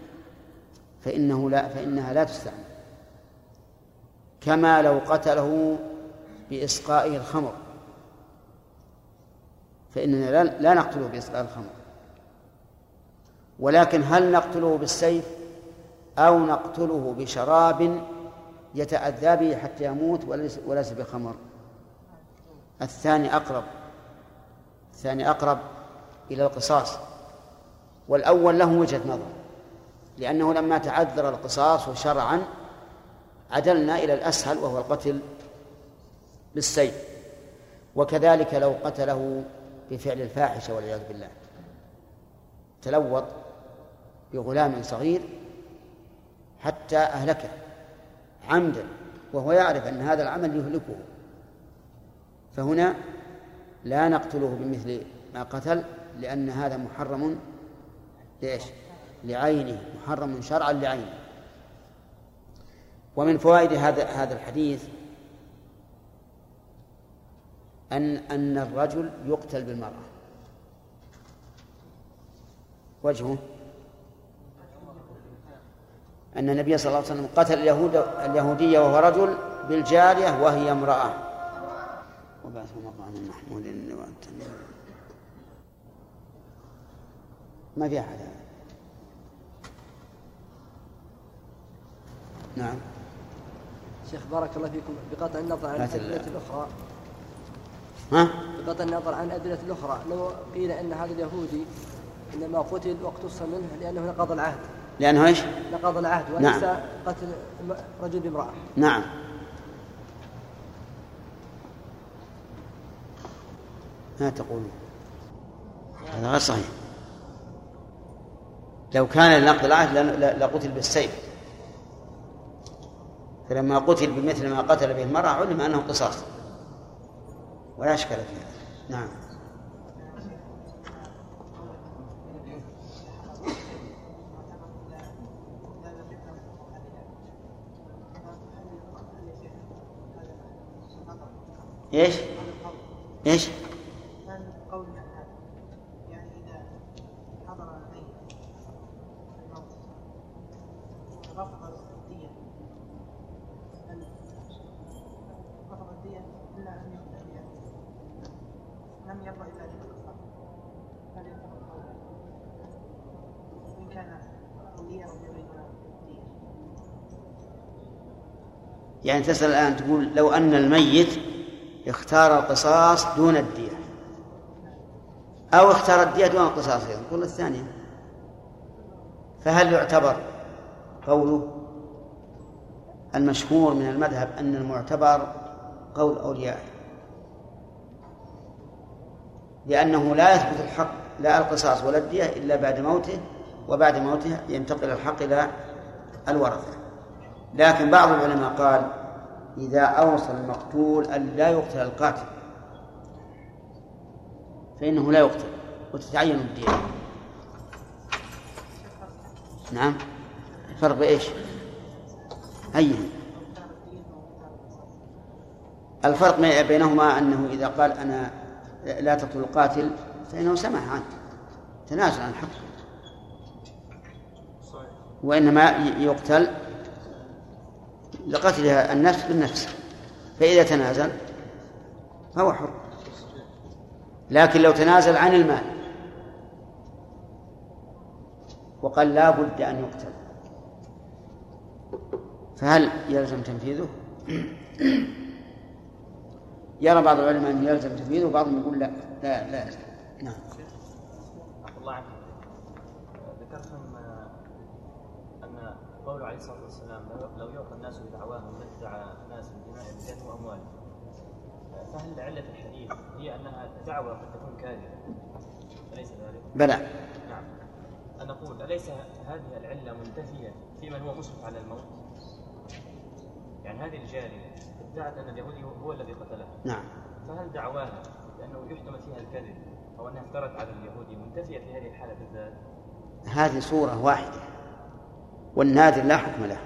فإنها لا تستعمل، كما لو قتله بإسقائه الخمر فإننا لا نقتله بإسقاء الخمر. ولكن هل نقتله بالسيف أو نقتله بشراب يتأذى به حتى يموت وليس بخمر؟ الثاني أقرب إلى القصاص، والأول له وجهة نظر، لأنه لما تعذر القصاص شرعا عدلنا إلى الأسهل وهو القتل بالسيف. وكذلك لو قتله بفعل الفاحشة والعياذ بالله، تلوط بغلام صغير حتى أهلكه عمدا وهو يعرف أن هذا العمل يهلكه، فهنا لا نقتله بمثل ما قتل، لأن هذا محرم لعينه، محرم شرعا لعينه. ومن فوائد هذا الحديث أن الرجل يقتل بالمرأة. وجهه أن النبي صلى الله عليه وسلم قتل اليهودية وهو رجل بالجارية وهي امرأة. وبعث مقام محمود ما في أحد. نعم شيخ بارك الله فيكم، بقطع النظر عن الأدلة الأخرى بقطع النظر عن الأدلة الأخرى، لو قيل أن هذا اليهودي إنما قتل واقتص منه لأنه نقض العهد. لأنه إيش؟ نقض العهد وليس قتل رجل بامرأة. نعم. ما تقولون؟ هذا غير صحيح. لو كان لنقض العهد لقتل بالسيف، فلما قتل بمثل ما قتل به المرأة علم أنه قصاص ولا أشكال فيه. نعم. ايش؟ ايش؟ يعني إذا حضر الميت الموت رفض الدية إلا أن يقتل لم يرضى إلا أن يقصر، هل يعتبر إن كان وليا يريد الدية؟ يعني تسأل الآن تقول لو أن الميت اختار القصاص دون الدية أو اختار الدية دون القصاص، يقول الثانية، فهل يعتبر قوله؟ المشهور من المذهب أن المعتبر قول أولياء، لأنه لا يثبت الحق لا القصاص ولا الدية إلا بعد موته، وبعد موته ينتقل الحق إلى الورثة. لكن بعض العلماء قال إذا أوصى المقتول أن لا يقتل القاتل فإنه لا يقتل وتتعين الدية. نعم. الفرق بإيش؟ الفرق بينهما أنه إذا قال أنا لا تقتل القاتل فإنه سمح عنه، تنازل عن حقه، وإنما يقتل لقتلها النفس بالنفس، فإذا تنازل فهو حر. لكن لو تنازل عن المال وقال لا بد أن يقتل فهل يلزم تنفيذه؟ يرى بعض العلماء أن يلزم تنفيذه وبعضهم يقول لا لا لا. نعم. الله عنك، ذكرتم أن قول عليه الصلاة والسلام لو يعطى الناس بدعواهم ما ادعى ناس بدماء الرجال وأموالهم، فهل علة الحديث هي أنها دعوة قد تكون كاذبة أليس ذلك؟ بلى. نعم. أن نقول أليس هذه العلة منتفية في من هو مشرف على الموت؟ يعني هذه الجارية ادعت أن اليهودي هو الذي قتله. نعم. فهل دعواها لأنه يحتمل فيها الكذب أو أنها افترت على اليهودي منتفية في هذه الحالة بالذات؟ هذه صورة واحدة والنادر لا حكم له،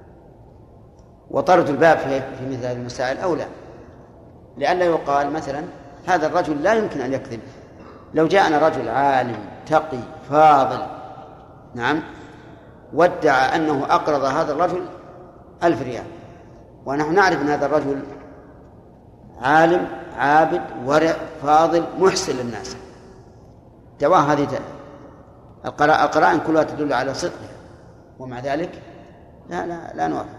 وطرد الباب في مثل هذه المسائل أولى، لئلا يقال مثلا هذا الرجل لا يمكن أن يكذب. لو جاءنا رجل عالم تقي فاضل نعم وادعى أنه أقرض هذا الرجل 1000 ريال، ونحن نعرف أن هذا الرجل عالم عابد ورع فاضل محسن للناس، دعواه هذه القرائن كلها تدل على صدقه، ومع ذلك لا نوافق.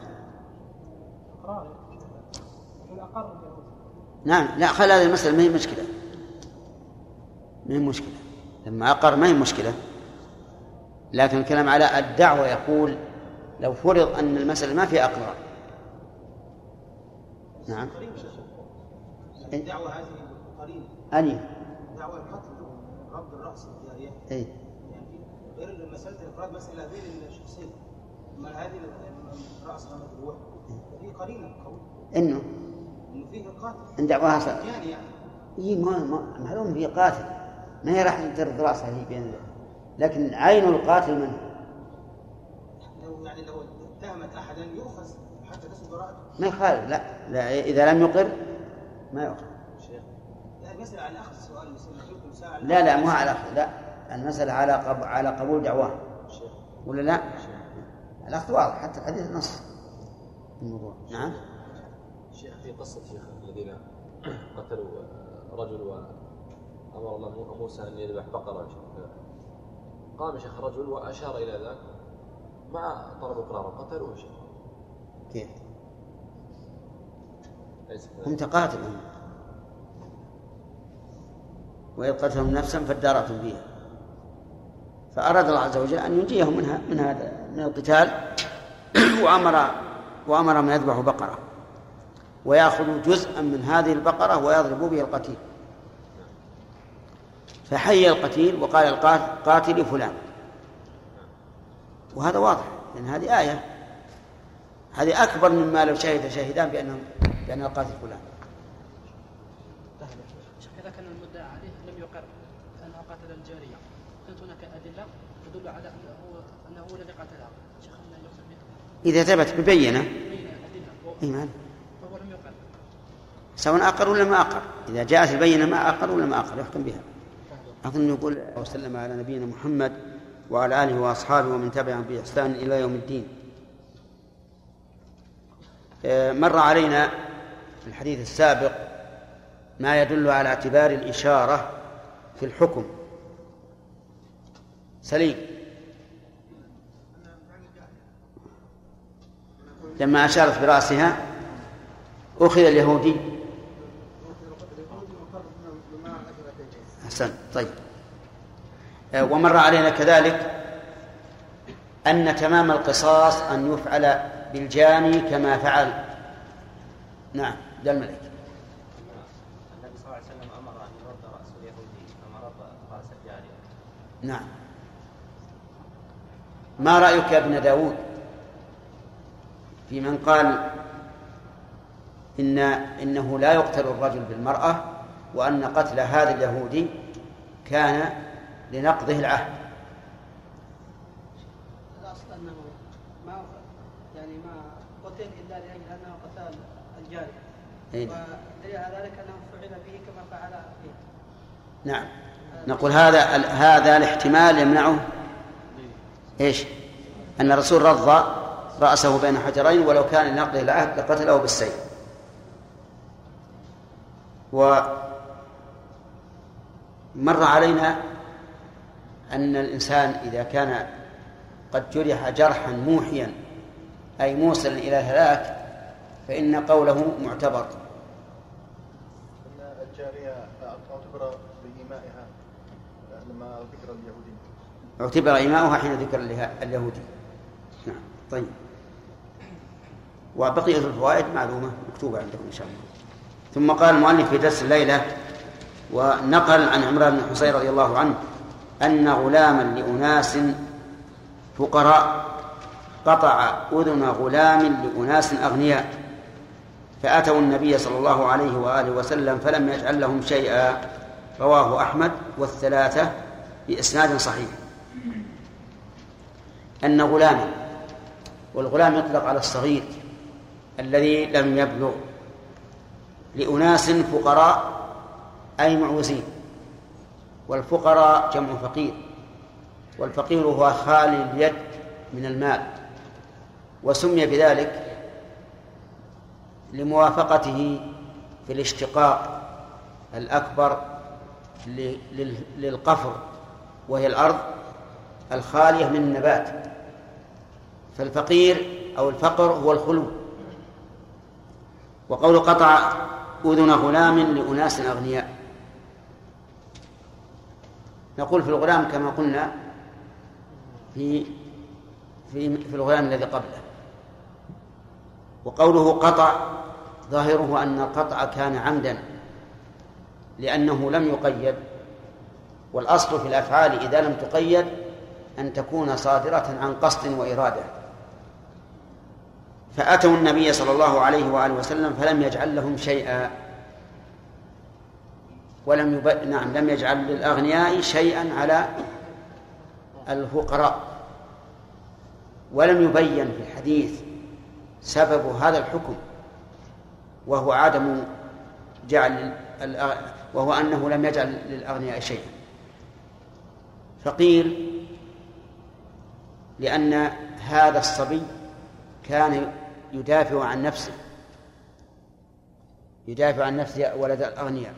نعم. لا خلي هذه المسألة ما هي مشكلة، ما هي مشكلة لما أقر ما هي مشكلة، لكن الكلام على الدعوة يقول لو فرض أن المسألة ما في أقرار. نعم. الدعوة هذه قرينة. أني دعوة القتل رفض الرأس الجارية. أي. يعني غير مسألة الإفراد مسألة غير الشخصية، أما هذه الرأس مجروح في قرينة قوي إنه فيه قاتل. إن دعواها صار. يعني ما معلوم فيه قاتل، ما هي راح ترد رأسها هي بين لكن عين القاتل منه. لو اتهمت أحدا يؤخذ حتى تثبت براءته. ما يخالف. لا إذا لم يقر ما يؤخذ. لا المسألة على أخذ السؤال ساعة. لا مو على أخذ، لا المسألة على قبول دعواه ولا لا؟ الأخذ واضح حتى الحديث نص الموضوع. نعم. شيخ في قصة شيخ الذين قتلوا رجل وأمر الله موسى أن يذبح بقرة، قام شيخ رجل وأشار إلى ذلك مع طلب إقرار قتلوه شيخ. كيف؟ هم تقاتلوا وإذ قتلهم نفسا فادارأتم فيها، فأراد الله عز وجل أن ينجيهم من القتال وأمر من يذبح بقرة ويأخذ جزءا من هذه البقرة ويضرب به القتيل، فحي القتيل وقال القاتل فلان، وهذا واضح لأن هذه آية، هذه أكبر مما لو شهد شاهدان بأن القاتل فلان. إذا كان المدعى عليه لم يقر أنه قتل الجارية، كانت هناك أدلة تدل على أنه الذي قتلها، إذا ثبت ببينة إيمان فهو لم يقر سواء أقر ولا ما أقر، إذا جاءت البينة ما أقر ولا ما أقر يحكم بها. أظن يقول وسلم على نبينا محمد وعلى آله وأصحابه ومن تبعهم بإحسان إلى يوم الدين. مر علينا في الحديث السابق ما يدل على اعتبار الإشارة في الحكم. سليم، لما أشارت برأسها أخذ اليهودي. أحسن. طيب، ومر علينا كذلك أن تمام القصاص أن يفعل بالجاني كما فعل. نعم، ذا الملك. النبي صلى الله عليه وسلم أمر أن يرد رأس اليهودي كما رد رأس الجارية. نعم. ما رأيك يا ابن داود في من قال إنه لا يقتل الرجل بالمرأة وأن قتل هذا اليهودي كان لنقضه العهد؟ الأصل أنه ما قتل إلا لأجل أنه قتل الجارية، ودليل على ذلك أنه فعل به كما فعل به. نعم، نقول هذا الاحتمال يمنعه إيش؟ أن الرسول رضى رأسه بين حجرين ولو كان لنقضه العهد لقتله بالسيف. ومر علينا أن الإنسان إذا كان قد جرح جرحا موحيا أي موصلا إلى الهلاك فإن قوله معتبر. أن الجارية اعتبر بإيمائها لما ذكر اليهودي، اعتبر إيماؤها حين ذكر اليهودي. نعم. طيب، وبقية الفوائد معلومة مكتوبة عندكم إن شاء الله. ثم قال المؤلف في درس الليلة ونقل عن عمران بن حصين رضي الله عنه أن غلاما لأناس فقراء قطع أذن غلام لأناس أغنياء فأتوا النبي صلى الله عليه وآله وسلم فلم يجعل لهم شيئا. رواه أحمد والثلاثة بإسناد صحيح. أن غلاما، والغلام يطلق على الصغير الذي لم يبلغ، لأناس فقراء أي معوزين، والفقراء جمع فقير، والفقير هو خالي اليد من المال، وسمي بذلك لموافقته في الاشتقاق الأكبر للقفر وهي الأرض الخالية من النبات، فالفقير أو الفقر هو الخلو. وقول قطع أذن غلام لأناس أغنياء، نقول في الغلام كما قلنا في الغلام الذي قبله. وقوله قطع ظاهره أن القطع كان عمدا لأنه لم يقيد، والأصل في الأفعال إذا لم تقيد أن تكون صادرة عن قصد وإرادة. فأتوا النبي صلى الله عليه وآله وسلم فلم يجعل لهم شيئا، لم يجعل للأغنياء شيئا على الفقراء، ولم يبين في الحديث سبب هذا الحكم، وهو وهو أنه لم يجعل للأغنياء شيئا. فقيل لأن هذا الصبي كان يدافع عن نفسه ولد الأغنياء،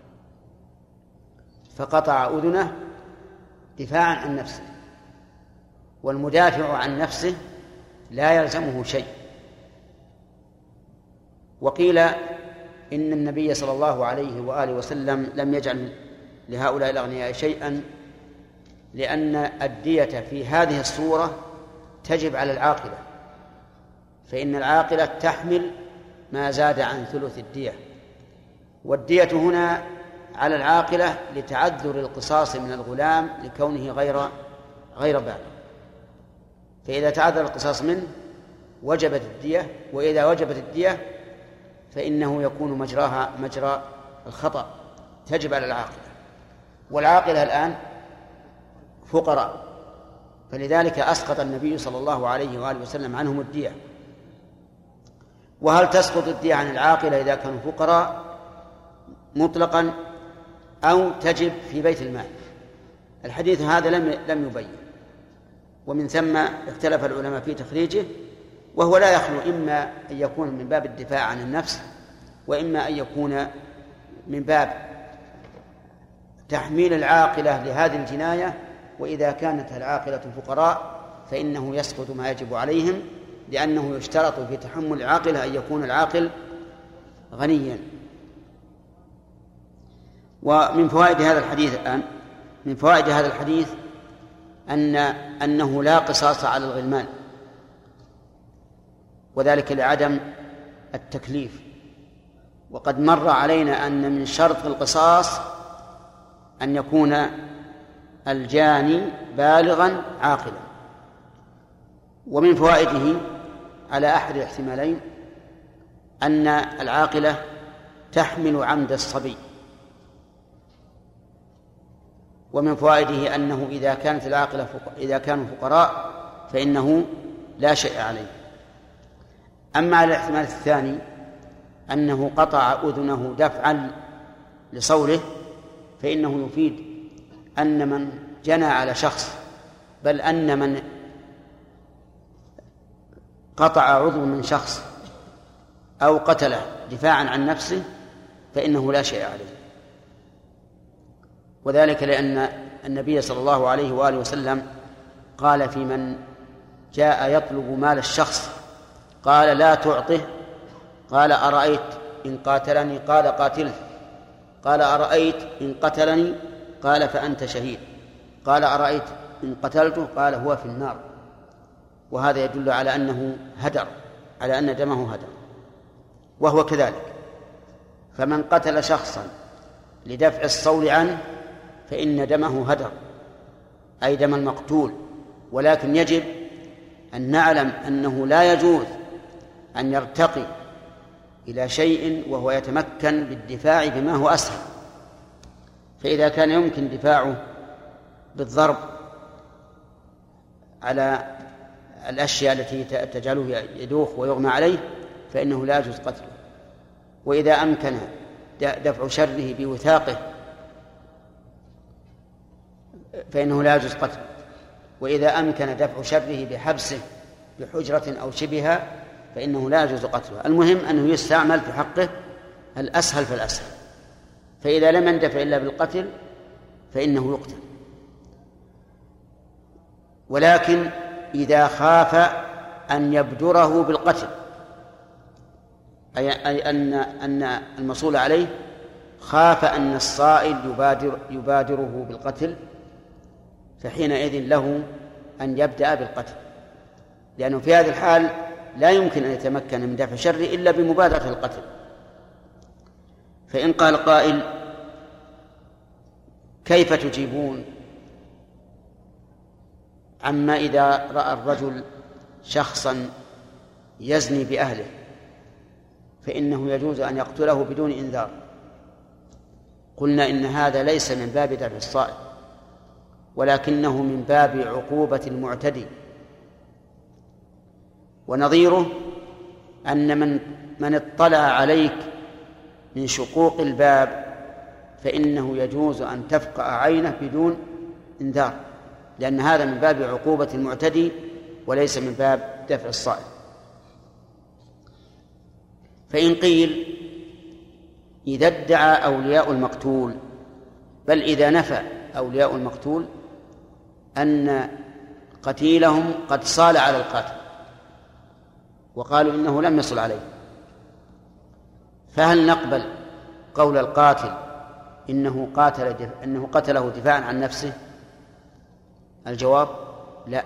فقطع أذنه دفاعا عن نفسه، والمدافع عن نفسه لا يلزمه شيء. وقيل إن النبي صلى الله عليه وآله وسلم لم يجعل لهؤلاء الأغنياء شيئا، لأن الدية في هذه الصورة تجب على العاقلة، فإن العاقلة تحمل ما زاد عن ثلث الدية، والدية هنا على العاقلة لتعذر القصاص من الغلام لكونه غير بالغ، فإذا تعذر القصاص منه وجبت الدية، وإذا وجبت الدية فإنه يكون مجراها مجرى الخطأ، تجب على العاقلة، والعاقلة الآن فقراء، فلذلك أسقط النبي صلى الله عليه وآله وسلم عنهم الدية. وهل تسقط الدية عن العاقلة إذا كانوا فقراء مطلقا أو تجب في بيت المال؟ الحديث هذا لم يبين، ومن ثم اختلف العلماء في تخريجه، وهو لا يخلو إما أن يكون من باب الدفاع عن النفس، وإما أن يكون من باب تحميل العاقلة لهذه الجناية، وإذا كانت العاقلة فقراء فإنه يسقط ما يجب عليهم، لأنه يشترط في تحمل العاقلة أن يكون العاقل غنيا. ومن فوائد هذا الحديث الآن، من فوائد هذا الحديث أنه لا قصاص على الغلمان، وذلك لعدم التكليف، وقد مر علينا أن من شرط القصاص أن يكون الجاني بالغا عاقلا. ومن فوائده على أحد الاحتمالين أن العاقلة تحمل عمد الصبي، ومن فوائده أنه إذا كانت العاقلة إذا كانوا فقراء فإنه لا شيء عليه. أما على الاحتمال الثاني أنه قطع أذنه دفعا لصوله، فإنه يفيد أن من جنى على شخص، بل أن من قطع عضو من شخص أو قتله دفاعا عن نفسه فإنه لا شيء عليه، وذلك لأن النبي صلى الله عليه وآله وسلم قال في من جاء يطلب مال الشخص قال لا تعطه، قال أرأيت إن قاتلني؟ قال قاتله. قال أرأيت إن قتلني؟ قال فأنت شهيد. قال أرأيت إن قتلته؟ قال هو في النار. وهذا يدل على أنه هدر، على أن دمه هدر، وهو كذلك. فمن قتل شخصا لدفع الصول عنه فإن دمه هدر، أي دم المقتول، ولكن يجب أن نعلم أنه لا يجوز أن يرتقي إلى شيء وهو يتمكن بالدفاع بما هو أسهل. فإذا كان يمكن دفاعه بالضرب على الأشياء التي تجعله يدوخ ويغمى عليه فإنه لا يجوز قتله، وإذا أمكن دفع شره بوثاقه فإنه لا يجوز قتله، وإذا أمكن دفع شره بحبسه بحجرة أو شبهها فإنه لا يجوز قتله. المهم أنه يستعمل في حقه الأسهل فالأسهل، فإذا لم يندفع إلا بالقتل فإنه يقتل. ولكن إذا خاف أن يبدره بالقتل، أي أن المصول عليه خاف أن الصائل يبادره بالقتل، فحينئذ له أن يبدأ بالقتل، لأنه في هذه الحال لا يمكن أن يتمكن من دفع شره إلا بمبادرة القتل. فإن قال قائل كيف تجيبون عما إذا رأى الرجل شخصا يزني بأهله فإنه يجوز أن يقتله بدون إنذار؟ قلنا إن هذا ليس من باب دفع الصائل، ولكنه من باب عقوبة المعتدي. ونظيره أن من اطلع عليك من شقوق الباب فإنه يجوز أن تفقأ عينه بدون إنذار، لأن هذا من باب عقوبة المعتدي وليس من باب دفع الصائل. فإن قيل إذا ادعى أولياء المقتول، بل إذا نفى أولياء المقتول أن قتيلهم قد صال على القاتل وقالوا إنه لم يصل عليه، فهل نقبل قول القاتل إنه قتله دفاعا عن نفسه؟ الجواب لا،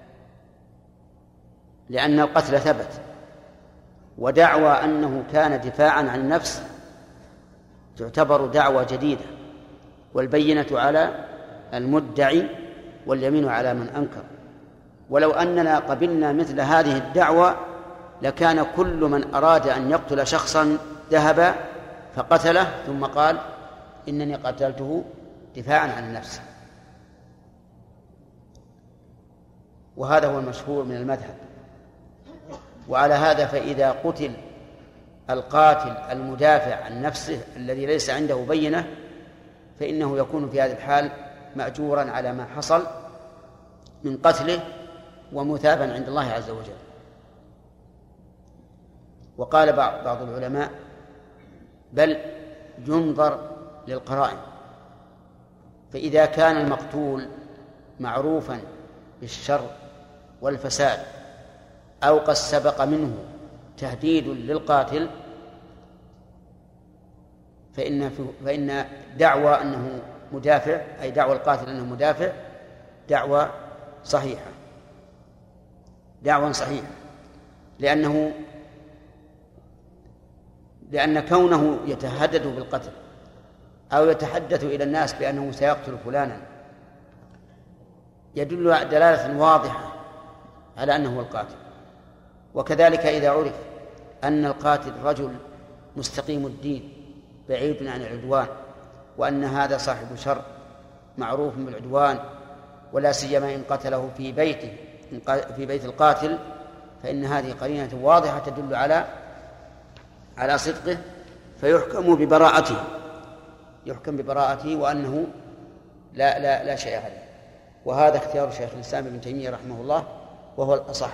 لأن القتل ثبت، ودعوى أنه كان دفاعا عن النفس تعتبر دعوى جديدة، والبينة على المدعي واليمين على من أنكر. ولو أننا قبلنا مثل هذه الدعوى لكان كل من أراد أن يقتل شخصا ذهب فقتله ثم قال إنني قتلته دفاعا عن النفس، وهذا هو المشهور من المذهب. وعلى هذا فإذا قتل القاتل المدافع عن نفسه الذي ليس عنده بينة فإنه يكون في هذه الحال مأجورا على ما حصل من قتله ومثابا عند الله عز وجل. وقال بعض العلماء بل ينظر للقرائن، فإذا كان المقتول معروفا بالشر والفساد أو قد سبق منه تهديد للقاتل فإن دعوى أنه مدافع، أي دعوى القاتل أنه مدافع، دعوى صحيحة، لأن كونه يتهدد بالقتل أو يتحدث إلى الناس بأنه سيقتل فلانا يدل دلالة واضحة على أنه القاتل. وكذلك إذا عرف أن القاتل رجل مستقيم الدين بعيد عن العدوان، وأن هذا صاحب شر معروف بالعدوان، ولا سيما إن قتله في بيت القاتل، فإن هذه قرينة واضحة تدل على صدقه، فيحكم ببراءته وأنه لا شيء عليه. وهذا اختيار شيخ الإسلام ابن تيمية رحمه الله وهو الأصح.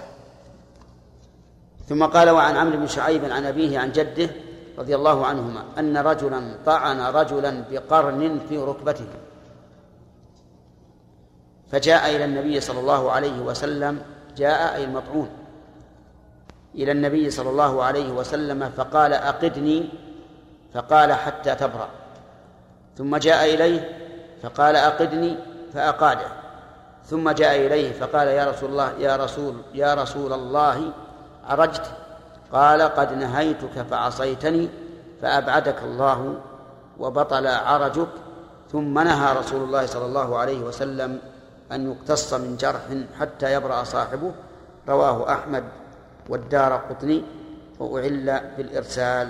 ثم قال وعن عمرو بن شعيب عن أبيه عن جده رضي الله عنهما أن رجلا طعن رجلا بقرن في ركبته فجاء إلى النبي صلى الله عليه وسلم، جاء أي المطعون إلى النبي صلى الله عليه وسلم فقال أقدني، فقال حتى تبرأ، ثم جاء إليه فقال أقدني فأقاده، ثم جاء إليه فقال يا رسول الله عرجت؟ قال قد نهيتك فعصيتني فأبعدك الله وبطل عرجك. ثم نهى رسول الله صلى الله عليه وسلم أن يقتص من جرح حتى يبرأ صاحبه. رواه أحمد والدارقطني وأعل بالإرسال.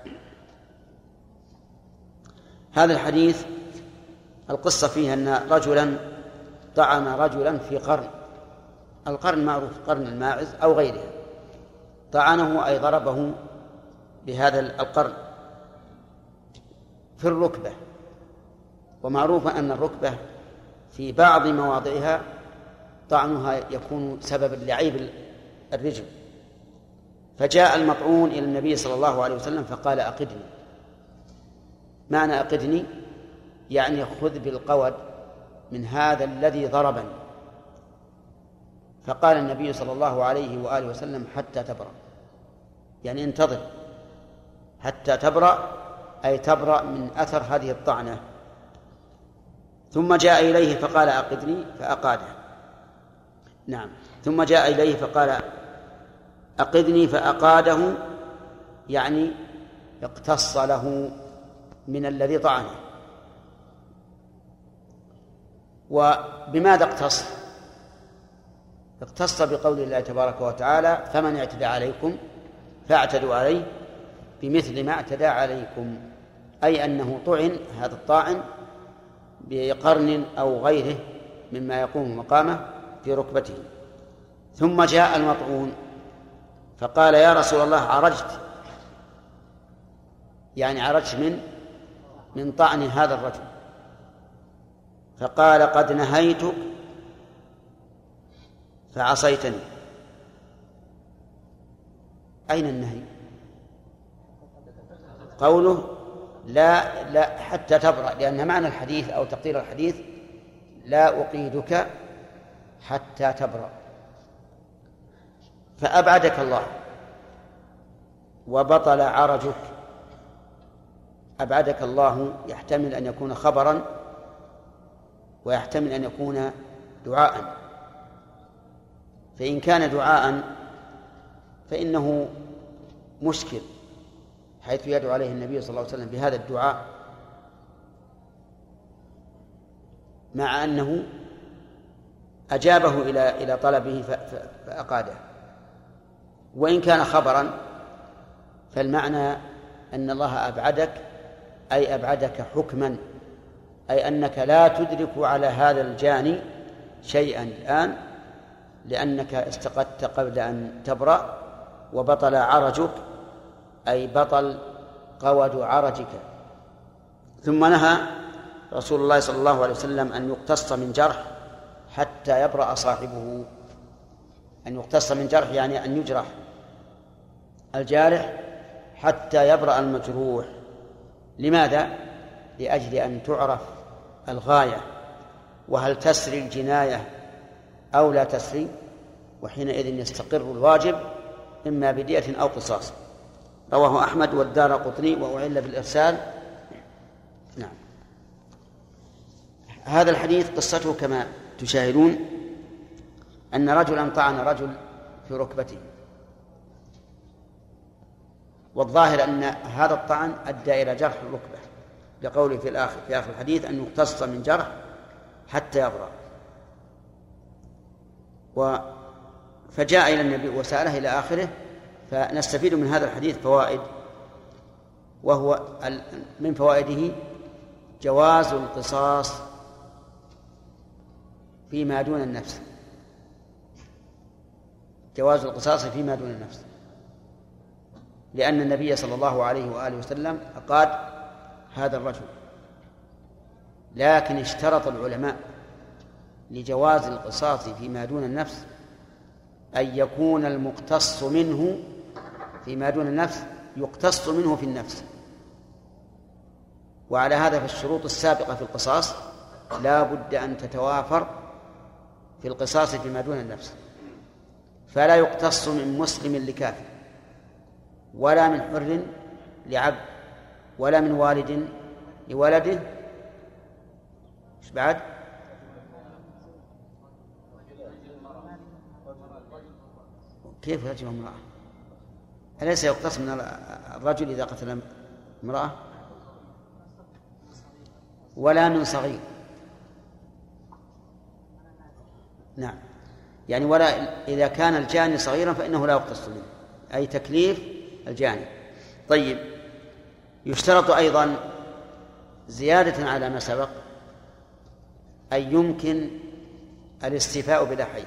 هذا الحديث القصة فيها أن رجلا طعن رجلا في قرن، القرن معروف قرن الماعز أو غيره، طعنه أي ضربه بهذا القرن في الركبة، ومعروف أن الركبة في بعض مواضعها طعنها يكون سببا لعيب الرجل. فجاء المطعون إلى النبي صلى الله عليه وسلم فقال أقدني. معنى أقدني يعني خذ بالقود من هذا الذي ضربني. فقال النبي صلى الله عليه وآله وسلم حتى تبرأ، يعني انتظر حتى تبرأ، أي تبرأ من أثر هذه الطعنة. ثم جاء إليه فقال أقدني فأقاده. نعم، ثم جاء إليه فقال أقدني فأقاده، يعني اقتص له من الذي طعنه. وبماذا اقتص؟ اقتص بقول الله تبارك وتعالى فمن اعتدى عليكم فاعتدوا عليه بمثل ما اعتدى عليكم، أي أنه طعن هذا الطاعن بقرن أو غيره مما يقوم مقامه في ركبته. ثم جاء المطعون فقال يا رسول الله عرجت، يعني عرجت من طعن هذا الرجل. فقال قد نهيتك فعصيتني. أين النهي؟ قوله لا حتى تبرأ، لأن معنى الحديث أو تقدير الحديث لا أقيدك حتى تبرأ. فأبعدك الله وبطل عرجك، أبعدك الله يحتمل أن يكون خبرا ويحتمل أن يكون دعاء. فإن كان دعاء فإنه مشكل، حيث يدعو عليه النبي صلى الله عليه وسلم بهذا الدعاء مع أنه أجابه إلى طلبه فأقاده. وإن كان خبرا فالمعنى أن الله أبعدك، أي أبعدك حكما، أي أنك لا تدرك على هذا الجاني شيئا الآن لأنك استقدت قبل أن تبرأ وبطل عرجك، أي بطل قود عرجك. ثم نهى رسول الله صلى الله عليه وسلم أن يقتص من جرح حتى يبرأ صاحبه. أن يقتص من جرح يعني أن يجرح الجارح حتى يبرأ المجروح. لماذا؟ لأجل أن تعرف الغاية، وهل تسري الجناية أو لا تسري، وحينئذ يستقر الواجب إما بدية أو قصاص. رواه أحمد والدارقطني وأعل بالإرسال. نعم. هذا الحديث قصته كما تشاهدون أن رجلا طعن رجل في ركبته، والظاهر أن هذا الطعن أدى إلى جرح الركبة، لقوله في آخر الحديث أن يقتص من جرح حتى يبرأ. فجاء إلى النبي وسأله إلى آخره. فنستفيد من هذا الحديث فوائد، وهو من فوائده جواز القصاص فيما دون النفس، جواز القصاص فيما دون النفس، لأن النبي صلى الله عليه وآله وسلم أقاد هذا الرجل. لكن اشترط العلماء لجواز القصاص فيما دون النفس أن يكون المقتص منه فيما دون النفس يقتص منه في النفس. وعلى هذا فالشروط السابقة في القصاص لا بد أن تتوافر في القصاص فيما دون النفس. فلا يقتص من مسلم لكافر، ولا من حر لعبد، ولا من والد لولده. ايش بعد؟ كيف رجل امرأة؟ أليس يقتص من الرجل إذا قتل امرأة؟ ولا من صغير. نعم، يعني ولا إذا كان الجاني صغيرا فإنه لا يقتص منه، أي تكليف الجاني. طيب، يشترط أيضا زيادة على ما سبق أن يمكن الاستيفاء بلا حي.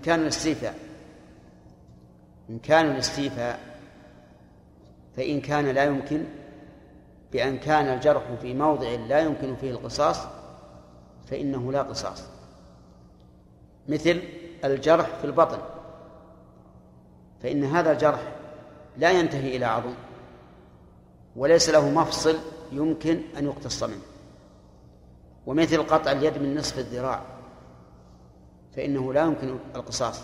إن كان الاستيفاء فإن كان لا يمكن، بأن كان الجرح في موضع لا يمكن فيه القصاص فإنه لا قصاص، مثل الجرح في البطن، فإن هذا الجرح لا ينتهي إلى عظم وليس له مفصل يمكن أن يقتص منه. ومثل قطع اليد من نصف الذراع فإنه لا يمكن القصاص.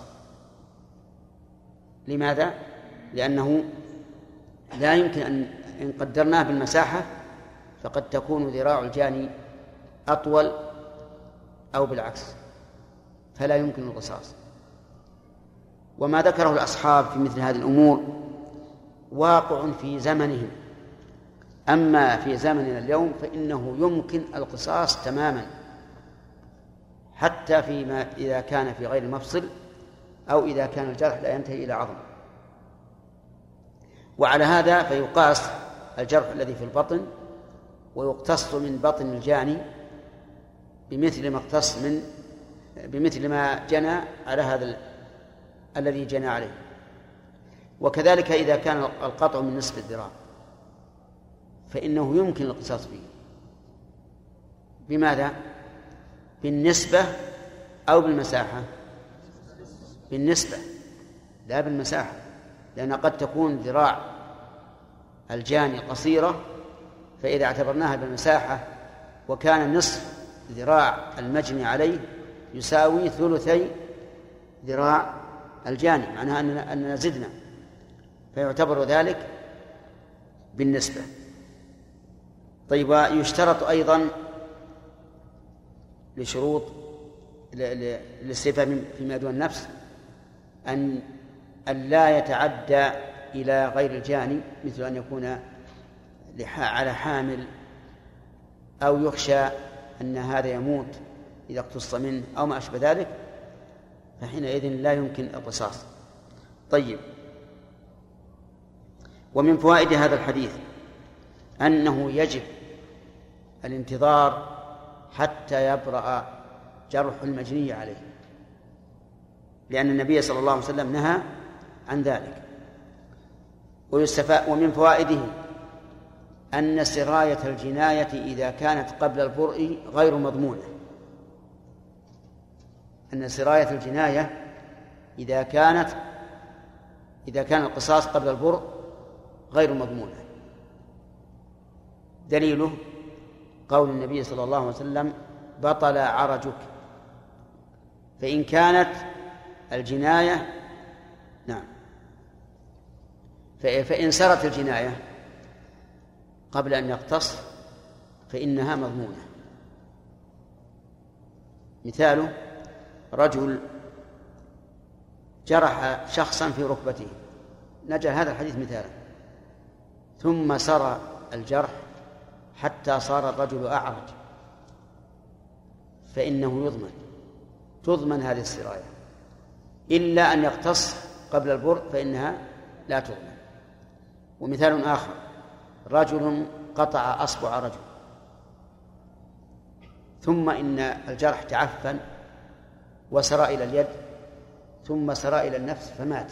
لماذا؟ لأنه لا يمكن إن قدرناه بالمساحة فقد تكون ذراع الجاني أطول أو بالعكس، فلا يمكن القصاص. وما ذكره الأصحاب في مثل هذه الأمور واقع في زمنهم، أما في زمننا اليوم فإنه يمكن القصاص تماما، حتى فيما إذا كان في غير مفصل أو إذا كان الجرح لا ينتهي إلى عظم. وعلى هذا فيقاس الجرح الذي في البطن ويقتص من بطن الجاني بمثل ما جنى على هذا الذي جنى عليه. وكذلك إذا كان القطع من نصف الذراع فإنه يمكن القصاص فيه. بماذا؟ بالنسبة أو بالمساحة؟ بالنسبة لا بالمساحة، لأن قد تكون ذراع الجاني قصيرة، فإذا اعتبرناها بالمساحة وكان نصف ذراع المجني عليه يساوي ثلثي ذراع الجاني، معناها أننا زدنا، فيعتبر ذلك بالنسبة. طيب، ويشترط أيضا لشروط للاستيفاء فيما دون النفس أن لا يتعدى إلى غير الجاني، مثل أن يكون على حامل أو يخشى أن هذا يموت إذا اقتص منه أو ما أشبه ذلك، فحينئذ لا يمكن القصاص. طيب، ومن فوائد هذا الحديث أنه يجب الانتظار حتى يبرأ جرح المجني عليه، لأن النبي صلى الله عليه وسلم نهى عن ذلك. ومن فوائده أن سراية الجناية إذا كانت قبل البرء غير مضمونة. أن سراية الجناية إذا كان القصاص قبل البرء غير مضمونة. دليله قول النبي صلى الله عليه وسلم: بطل عرجك. فإن كانت الجناية فإن سرت الجناية قبل أن يقتص فإنها مضمونة. مثاله: رجل جرح شخصا في ركبته، نجعل هذا الحديث مثالا، ثم سرى الجرح حتى صار الرجل أعرج، فإنه تضمن هذه السراية، إلا أن يقتص قبل البرء فإنها لا تضمن. ومثال آخر: رجل قطع أصبع رجل، ثم إن الجرح تعفن وسرى إلى اليد ثم سرى إلى النفس فمات،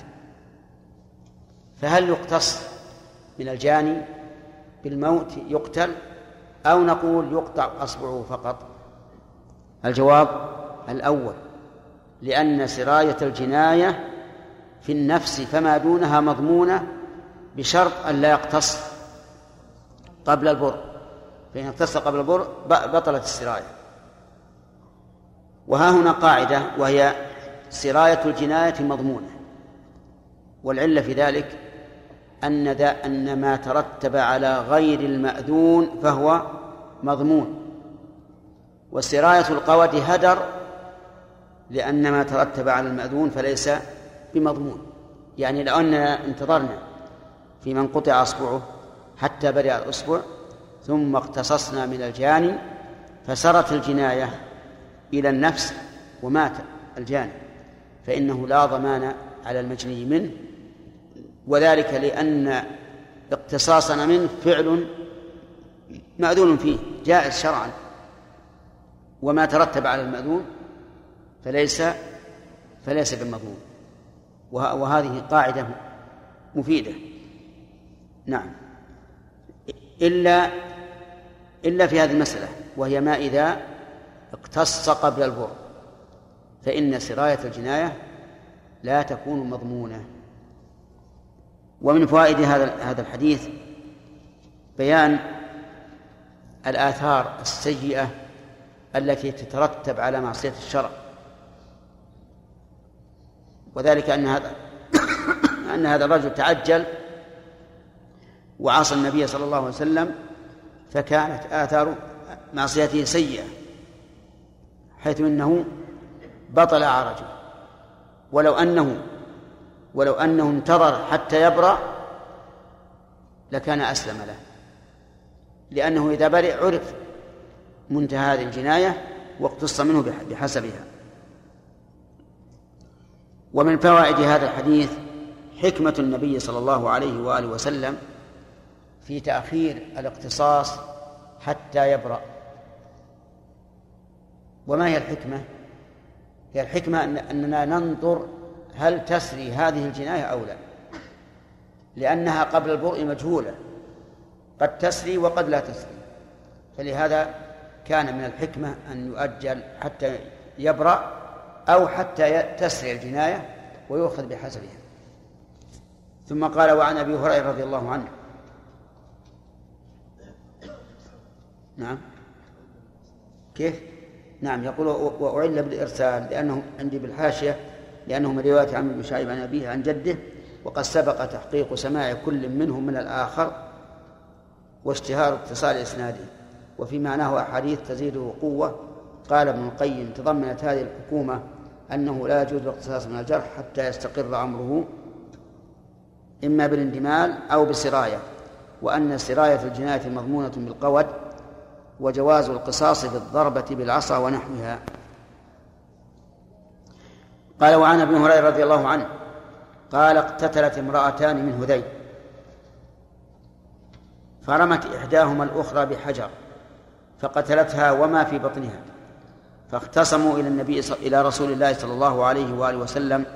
فهل يقتص من الجاني بالموت يقتل، أو نقول يقطع أصبعه فقط؟ الجواب الأول، لأن سراية الجناية في النفس فما دونها مضمونة بشرط أن لا يقتص قبل البرء، فإن اقتص قبل البرء بطلت السراية. وها هنا قاعدة، وهي سراية الجناية مضمونة، والعلة في ذلك أن ما ترتب على غير المأذون فهو مضمون، وسراية القود هدر، لأن ما ترتب على المأذون فليس بمضمون. يعني لو أننا انتظرنا في من قطع أصبعه حتى برئ الأصبع ثم اقتصصنا من الجاني فسرت الجناية إلى النفس ومات الجاني، فإنه لا ضمان على المجني منه، وذلك لأن اقتصاصنا منه فعل مأذون فيه جائز شرعا، وما ترتب على المأذون فليس بالمضمون. وهذه قاعدة مفيدة. نعم، إلا في هذه المسألة، وهي ما إذا اقتص قبل البر، فإن سراية الجناية لا تكون مضمونة. ومن فوائد هذا الحديث بيان الآثار السيئة التي تترتب على معصية الشرع، وذلك أن هذا الرجل تعجل وعصى النبي صلى الله عليه وسلم، فكانت آثار معصيته سيئة، حيث إنه بطل عرجه. ولو أنه انتظر حتى يبرأ لكان أسلم له، لأنه إذا برئ عرف منتهى هذه الجناية واقتص منه بحسبها. ومن فوائد هذا الحديث حكمة النبي صلى الله عليه وآله وسلم في تأخير الاقتصاص حتى يبرأ. وما هي الحكمة؟ هي الحكمة أننا ننظر هل تسري هذه الجناية أو لا، لأنها قبل البرء مجهولة، قد تسري وقد لا تسري، فلهذا كان من الحكمة أن يؤجل حتى يبرأ أو حتى تسري الجناية ويؤخذ بحسبها. ثم قال: وعن أبي هريرة رضي الله عنه. نعم، كيف؟ نعم، يقول: وأعل بالإرسال لأنه عندي بالحاشية لأنه من رواية عمرو بن شعيب عن أبيه عن جده، وقد سبق تحقيق سماع كل منهم من الآخر، واشتهار اتصال إسناده، وفي معناه أحاديث تزيده قوة. قال ابن القيم: تضمنت هذه الحكومة أنه لا يجوز الاقتصاص من الجرح حتى يستقر أمره إما بالاندمال أو بسراية، وأن سراية الجناية مضمونة بالقود، وجواز القصاص بالضربة بالعصا ونحوها. قال: وعن ابن هريرة رضي الله عنه قال: اقتتلت امرأتان من هذيل فرمت إحداهما الأخرى بحجر فقتلتها وما في بطنها، فاختصموا إلى رسول الله صلى الله عليه وآله وسلم،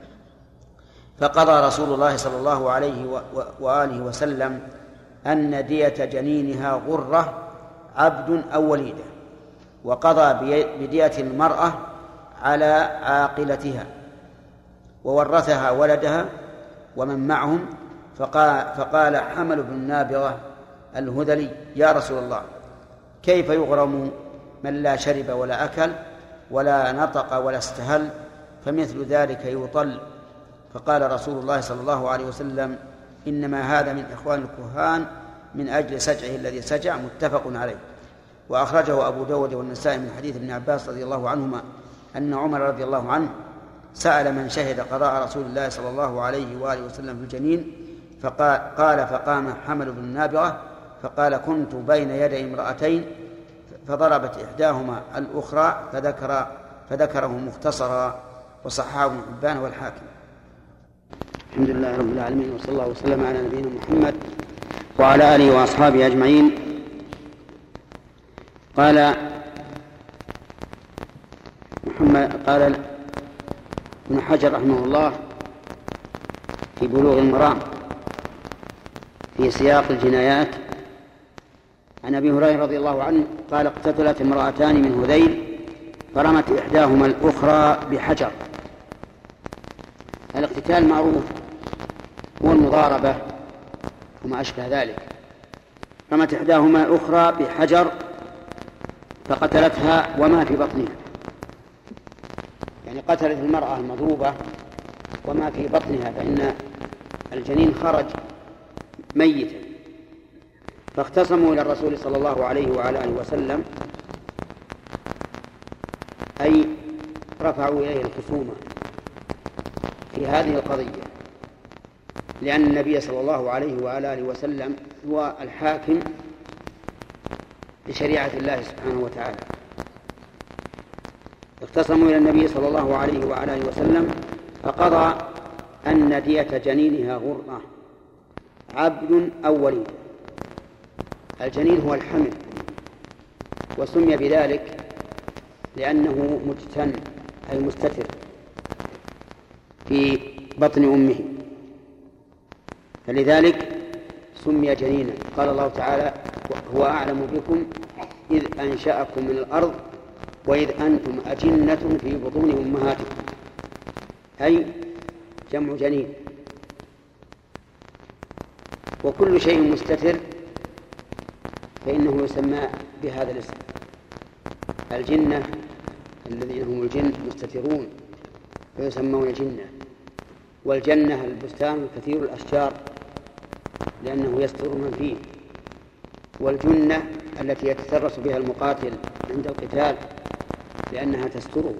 فقضى رسول الله صلى الله عليه وآله وسلم أن دية جنينها غرة عبد أو وليدة، وقضى بدية المرأة على عاقلتها، وورثها ولدها ومن معهم. فقال حمل بن نابغة الهذلي: يا رسول الله، كيف يغرم من لا شرب ولا أكل ولا نطق ولا استهل؟ فمثل ذلك يطل. فقال رسول الله صلى الله عليه وسلم: إنما هذا من إخوان الكهان من أجل سجعه الذي سجع. متفق عليه. وأخرجه أبو داود والنسائي من حديث ابن عباس رضي الله عنهما أن عمر رضي الله عنه سأل من شهد قضاء رسول الله صلى الله عليه وآله وسلم في الجنين، فقام حمل بن نابغة فقال: كنت بين يدي امرأتين فضربت إحداهما الأخرى، فذكره مختصرا، وصححه ابن حبان والحاكم. الحمد لله رب العالمين، وصلى الله وسلم على نبينا محمد وعلى آله وأصحابه أجمعين. قال ابن حجر رحمه الله في بلوغ المرام في سياق الجنايات عن أبي هريرة رضي الله عنه قال: اقتتلت امرأتان من هذيل فرمت إحداهما الأخرى بحجر. الاقتتال معروف، هو المضاربة وما أشبه ذلك. رمت إحداهما الأخرى بحجر فقتلتها وما في بطنها، يعني قتلت المرأة المضروبة وما في بطنها، فإن الجنين خرج ميتا. فاختصموا إلى الرسول صلى الله عليه وعلى آله وسلم، أي رفعوا إليه الخصومة في هذه القضية، لأن النبي صلى الله عليه وعلى آله وسلم هو الحاكم بشريعة الله سبحانه وتعالى. اختصموا إلى النبي صلى الله عليه وعلى آله وسلم فقضى أن دية جنينها غرة عبد أو وليد. الجنين هو الحمل، وسمي بذلك لأنه مجتن أي مستتر في بطن أمه، فلذلك سمي جنينا. قال الله تعالى: هو أعلم بكم إذ أنشأكم من الأرض وإذ أنتم أجنة في بطون أمهاتكم، أي جمع جنين. وكل شيء مستتر فإنه يسمى بهذا الاسم. الجنة الذين هم الجن مستترون فيسمون جنة، والجنة البستان الكثير الأشجار لأنه يستر من فيه، والجنة التي يتترس بها المقاتل عند القتال لأنها تستره.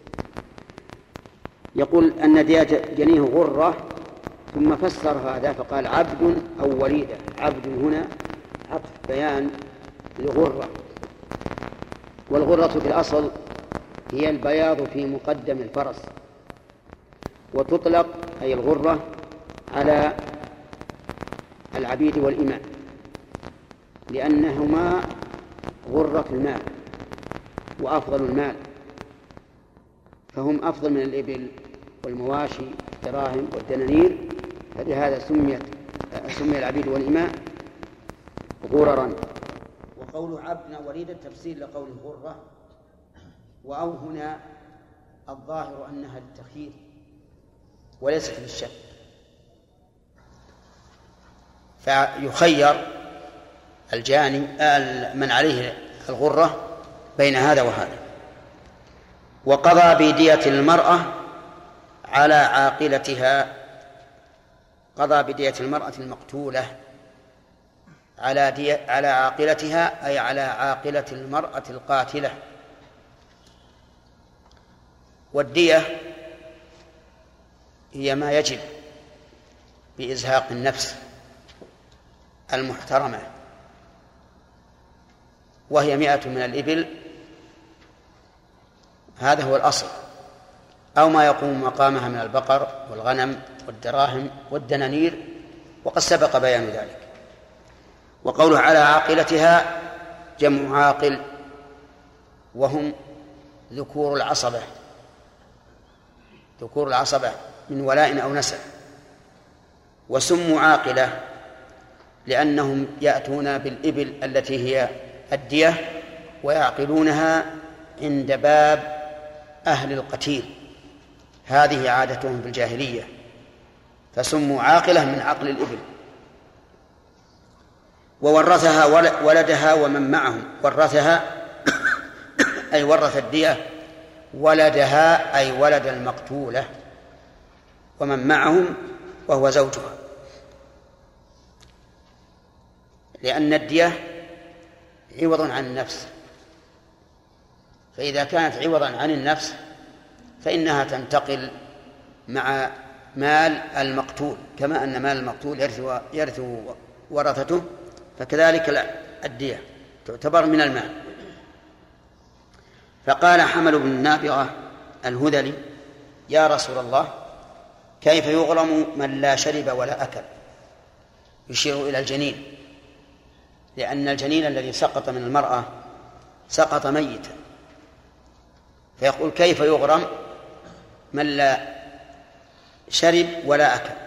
يقول أن دية جنيه غرة، ثم فسر هذا فقال: عبد أو وليدة. عبد هنا عطف بيان لغرة، والغرة في الأصل هي البياض في مقدم الفرس، وتطلق أي الغرة على العبيد والإماء، لأنهما غرة المال وأفضل المال، فهم أفضل من الإبل والمواشي والدراهم والدنانير، فلهذا سمي العبيد والإماء غررا. وقول عبد وليد تفسير لقول غرة، وأو هنا الظاهر أنها للتخيير وليست للشك، فيخير الجاني من عليه الغرة بين هذا وهذا. وقضى بدية المرأة على عاقلتها، قضى بدية المرأة المقتولة على عاقلتها، أي على عاقلة المرأة القاتلة. والدية هي ما يجب بإزهاق النفس المحترمة، وهي 100 من الإبل، هذا هو الأصل، أو ما يقوم مقامها من البقر والغنم والدراهم والدنانير، وقد سبق بيان ذلك. وقوله على عاقلتها جمع عاقل، وهم ذكور العصبة، ذكور العصبة من ولاء أو نسب. وسموا عاقلة لأنهم يأتون بالإبل التي هي الدية ويعقلونها عند باب أهل القتيل، هذه عادتهم في الجاهلية، فسموا عاقلة من عقل الإبل. وورثها ولدها ومن معهم، ورثها أي ورث الدية، ولدها أي ولد المقتولة، ومن معهم وهو زوجها، لأن الدية عوض عن النفس، فإذا كانت عوضا عن النفس فإنها تنتقل مع مال المقتول، كما أن مال المقتول يرث ورثته، فكذلك الدية تعتبر من المال. فقال حمل بن نابغة الهذلي: يا رسول الله، كيف يغرم من لا شرب ولا أكل؟ يشير إلى الجنين، لأن الجنين الذي سقط من المرأة سقط ميتا، فيقول كيف يغرم من لا شرب ولا أكل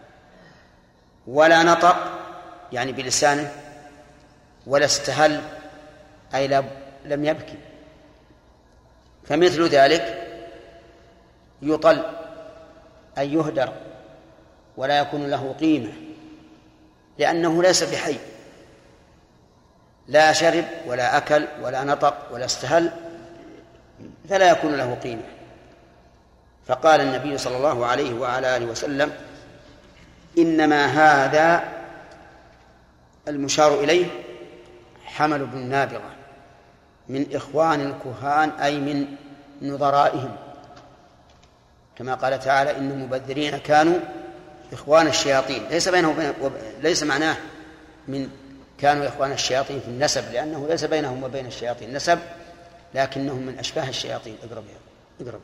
ولا نطق يعني بلسانه ولا استهل أي لم يبكي، فمثل ذلك يطل أي يهدر ولا يكون له قيمة، لأنه ليس بحي، لا شرب ولا أكل ولا نطق ولا استهل، فلا يكون له قيمة. فقال النبي صلى الله عليه وعلى آله وسلم: إنما هذا المشار إليه حمل بن نابغة من إخوان الكهان، أي من نظرائهم، كما قال تعالى: إن المبذرين كانوا إخوان الشياطين. ليس معناه من كانوا إخوان الشياطين في النسب، لأنه ليس بينهم وبين الشياطين نسب، لكنهم من أشباه الشياطين. اقرب.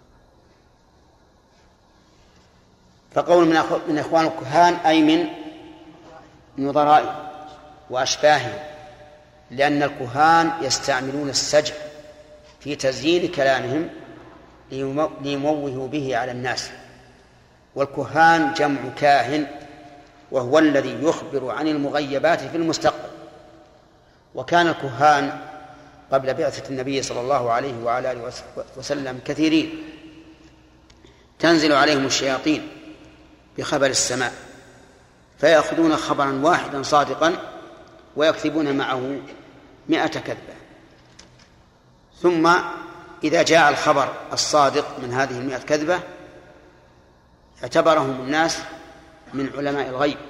فقول من إخوان الكهان أي من نظرائهم وأشباههم، لأن الكهان يستعملون السجع في تزيين كلامهم ليموهوا به على الناس، والكهان جمع كاهن، وهو الذي يخبر عن المغيبات في المستقبل. وكان الكهان قبل بعثة النبي صلى الله عليه وعلى آله وسلم كثيرين، تنزل عليهم الشياطين بخبر السماء، فيأخذون خبرا واحدا صادقا ويكتبون معه 100 كذبة، ثم إذا جاء الخبر الصادق من هذه 100 كذبة اعتبرهم الناس من علماء الغيب،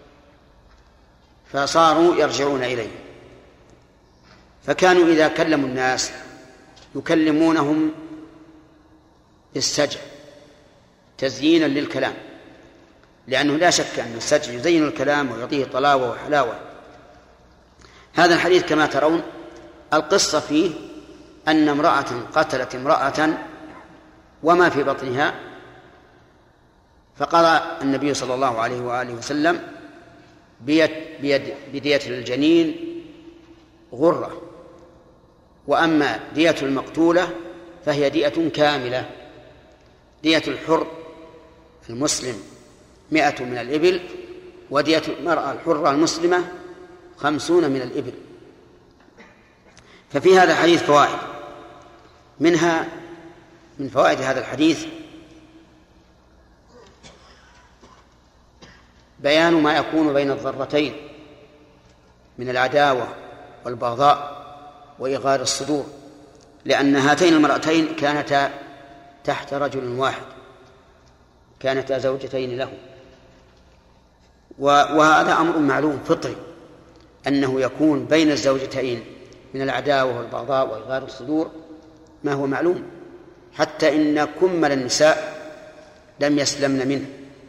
فصاروا يرجعون إليه. فكانوا إذا كلموا الناس يكلمونهم بالسجع تزيينا للكلام، لأنه لا شك أن السجع يزين الكلام ويعطيه طلاوة وحلاوة. هذا الحديث كما ترون القصة فيه أن امرأة قتلت امرأة وما في بطنها، فقضى النبي صلى الله عليه وآله وسلم بدية الجنين غرة، وأما دية المقتولة فهي دية كاملة. دية الحر المسلم 100 من الإبل، ودية المرأة الحرة المسلمة 50 من الإبل. ففي هذا الحديث فوائد، منها من فوائد هذا الحديث بيان ما يكون بين الضرتين من العداوة والبغضاء وإغار الصدور، لأن هاتين المرأتين كانتا تحت رجل واحد، كانتا زوجتين له، وهذا أمر معلوم فطري، أنه يكون بين الزوجتين من العداوة والبغضاء وإغار الصدور ما هو معلوم، حتى إن كمل النساء لم يسلمن منه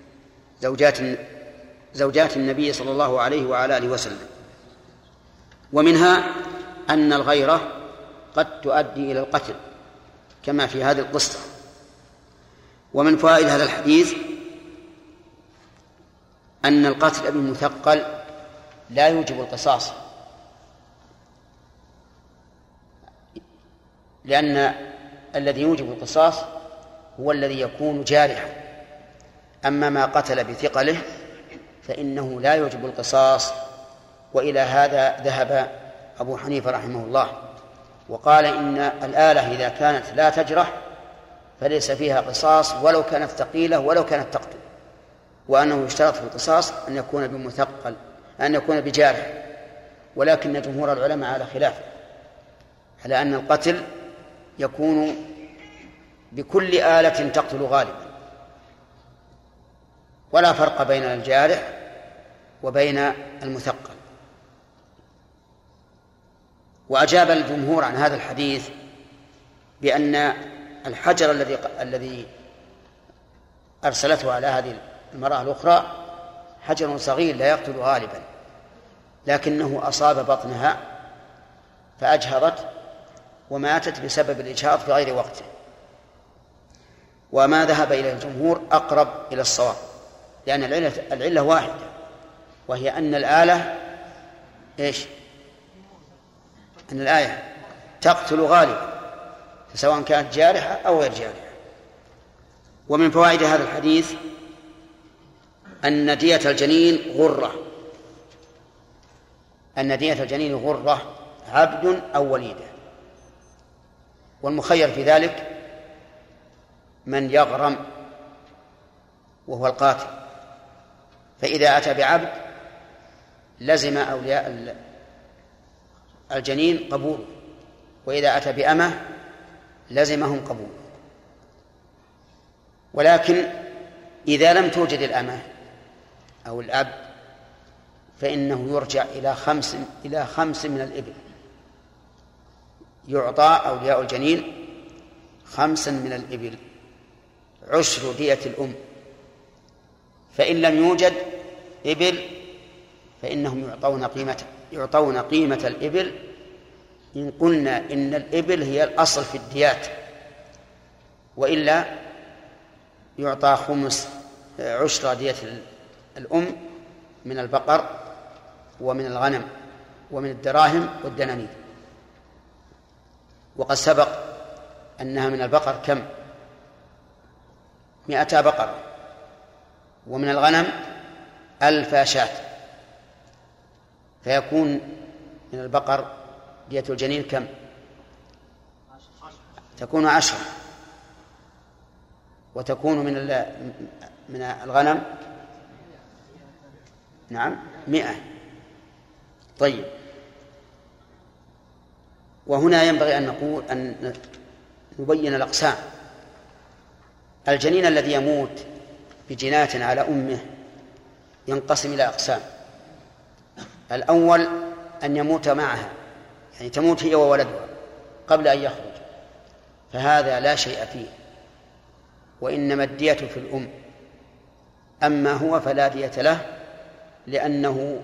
زوجات النبي صلى الله عليه وعلى آله وسلم. ومنها أن الغيرة قد تؤدي إلى القتل كما في هذه القصة. ومن فوائد هذا الحديث أن القتل بالمثقل لا يوجب القصاص، لأن الذي يوجب القصاص هو الذي يكون جارحا، أما ما قتل بثقله فإنه لا يوجب القصاص. وإلى هذا ذهب أبو حنيفة رحمه الله، وقال إن الآلة إذا كانت لا تجرح فليس فيها قصاص ولو كانت ثقيلة ولو كانت تقتل، وأنه يشترط في القصاص أن يكون بمثقل، أن يكون بجارح. ولكن جمهور العلماء على خلافه، على أن القتل يكون بكل آلة تقتل غالبا، ولا فرق بين الجارح وبين المثقل. وأجاب الجمهور عن هذا الحديث بأن الحجر الذي أرسلته على هذه المرأة الأخرى حجر صغير لا يقتل غالبا، لكنه أصاب بطنها فأجهضت وماتت بسبب الإجهاض في غير وقته. وما ذهب إلى الجمهور أقرب إلى الصواب، لأن العلة واحدة، وهي أن الآلة أن الآية تقتل غالبا سواء كانت جارحة أو غير جارحة. ومن فوائد هذا الحديث أن دية الجنين غرة، أن دية الجنين غرة عبد أو وليدة، والمخير في ذلك من يغرم وهو القاتل، فإذا أتى بعبد لزم أولياء الجنين قبوله، وإذا أتى بأمة لزمهم قبوله. ولكن إذا لم توجد الأمة أو الأب فإنه يرجع إلى خمس من الإبل، يعطى أولياء الجنين 5 من الإبل، عشر دية الأم. فإن لم يوجد إبل فإنهم يعطون قيمة الإبل، إن قلنا إن الإبل هي الأصل في الديات، وإلا يعطى 5 عشر دية الأم من البقر ومن الغنم ومن الدراهم والدنانير. وقد سبق أنها من البقر كم؟ 200 بقرة، ومن الغنم 1000 شاة، فيكون من البقر دية الجنين كم؟ تكون 10، وتكون من الغنم 100. طيب، وهنا ينبغي أن نبين الأقسام. الجنين الذي يموت بجناية على أمه ينقسم إلى أقسام. الأول أن يموت معها، يعني تموت هي وولدها قبل أن يخرج، فهذا لا شيء فيه، وإنما الدية في الأم. أما هو فلا دية له، لأنه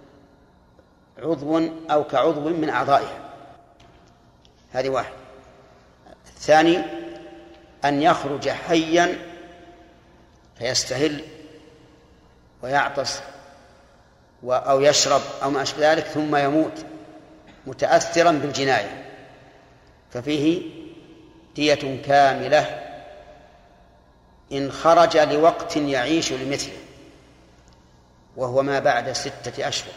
عضو أو كعضو من أعضائها. هذه واحد. الثاني أن يخرج حيا فيستهل ويعطس أو يشرب أو ما أشبه ذلك ثم يموت متأثرا بالجناية، ففيه دية كاملة إن خرج لوقت يعيش لمثله، وهو ما بعد 6 أشهر.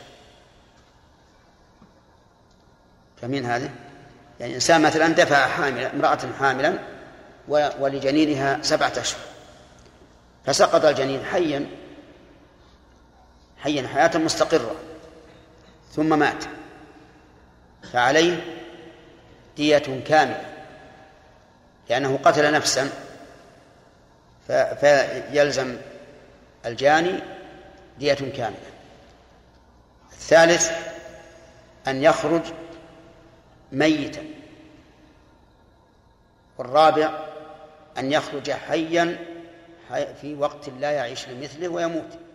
فمن هذا يعني إنسان مثلا دفع امرأة حاملا ولجنينها 7 أشهر، فسقط الجنين حيا حياة مستقرة ثم مات، فعليه دية كاملة لأنه قتل نفسا، فيلزم الجاني دية كاملة. الثالث أن يخرج ميتا، والرابع أن يخرج حيا في وقت لا يعيش لمثله ويموت.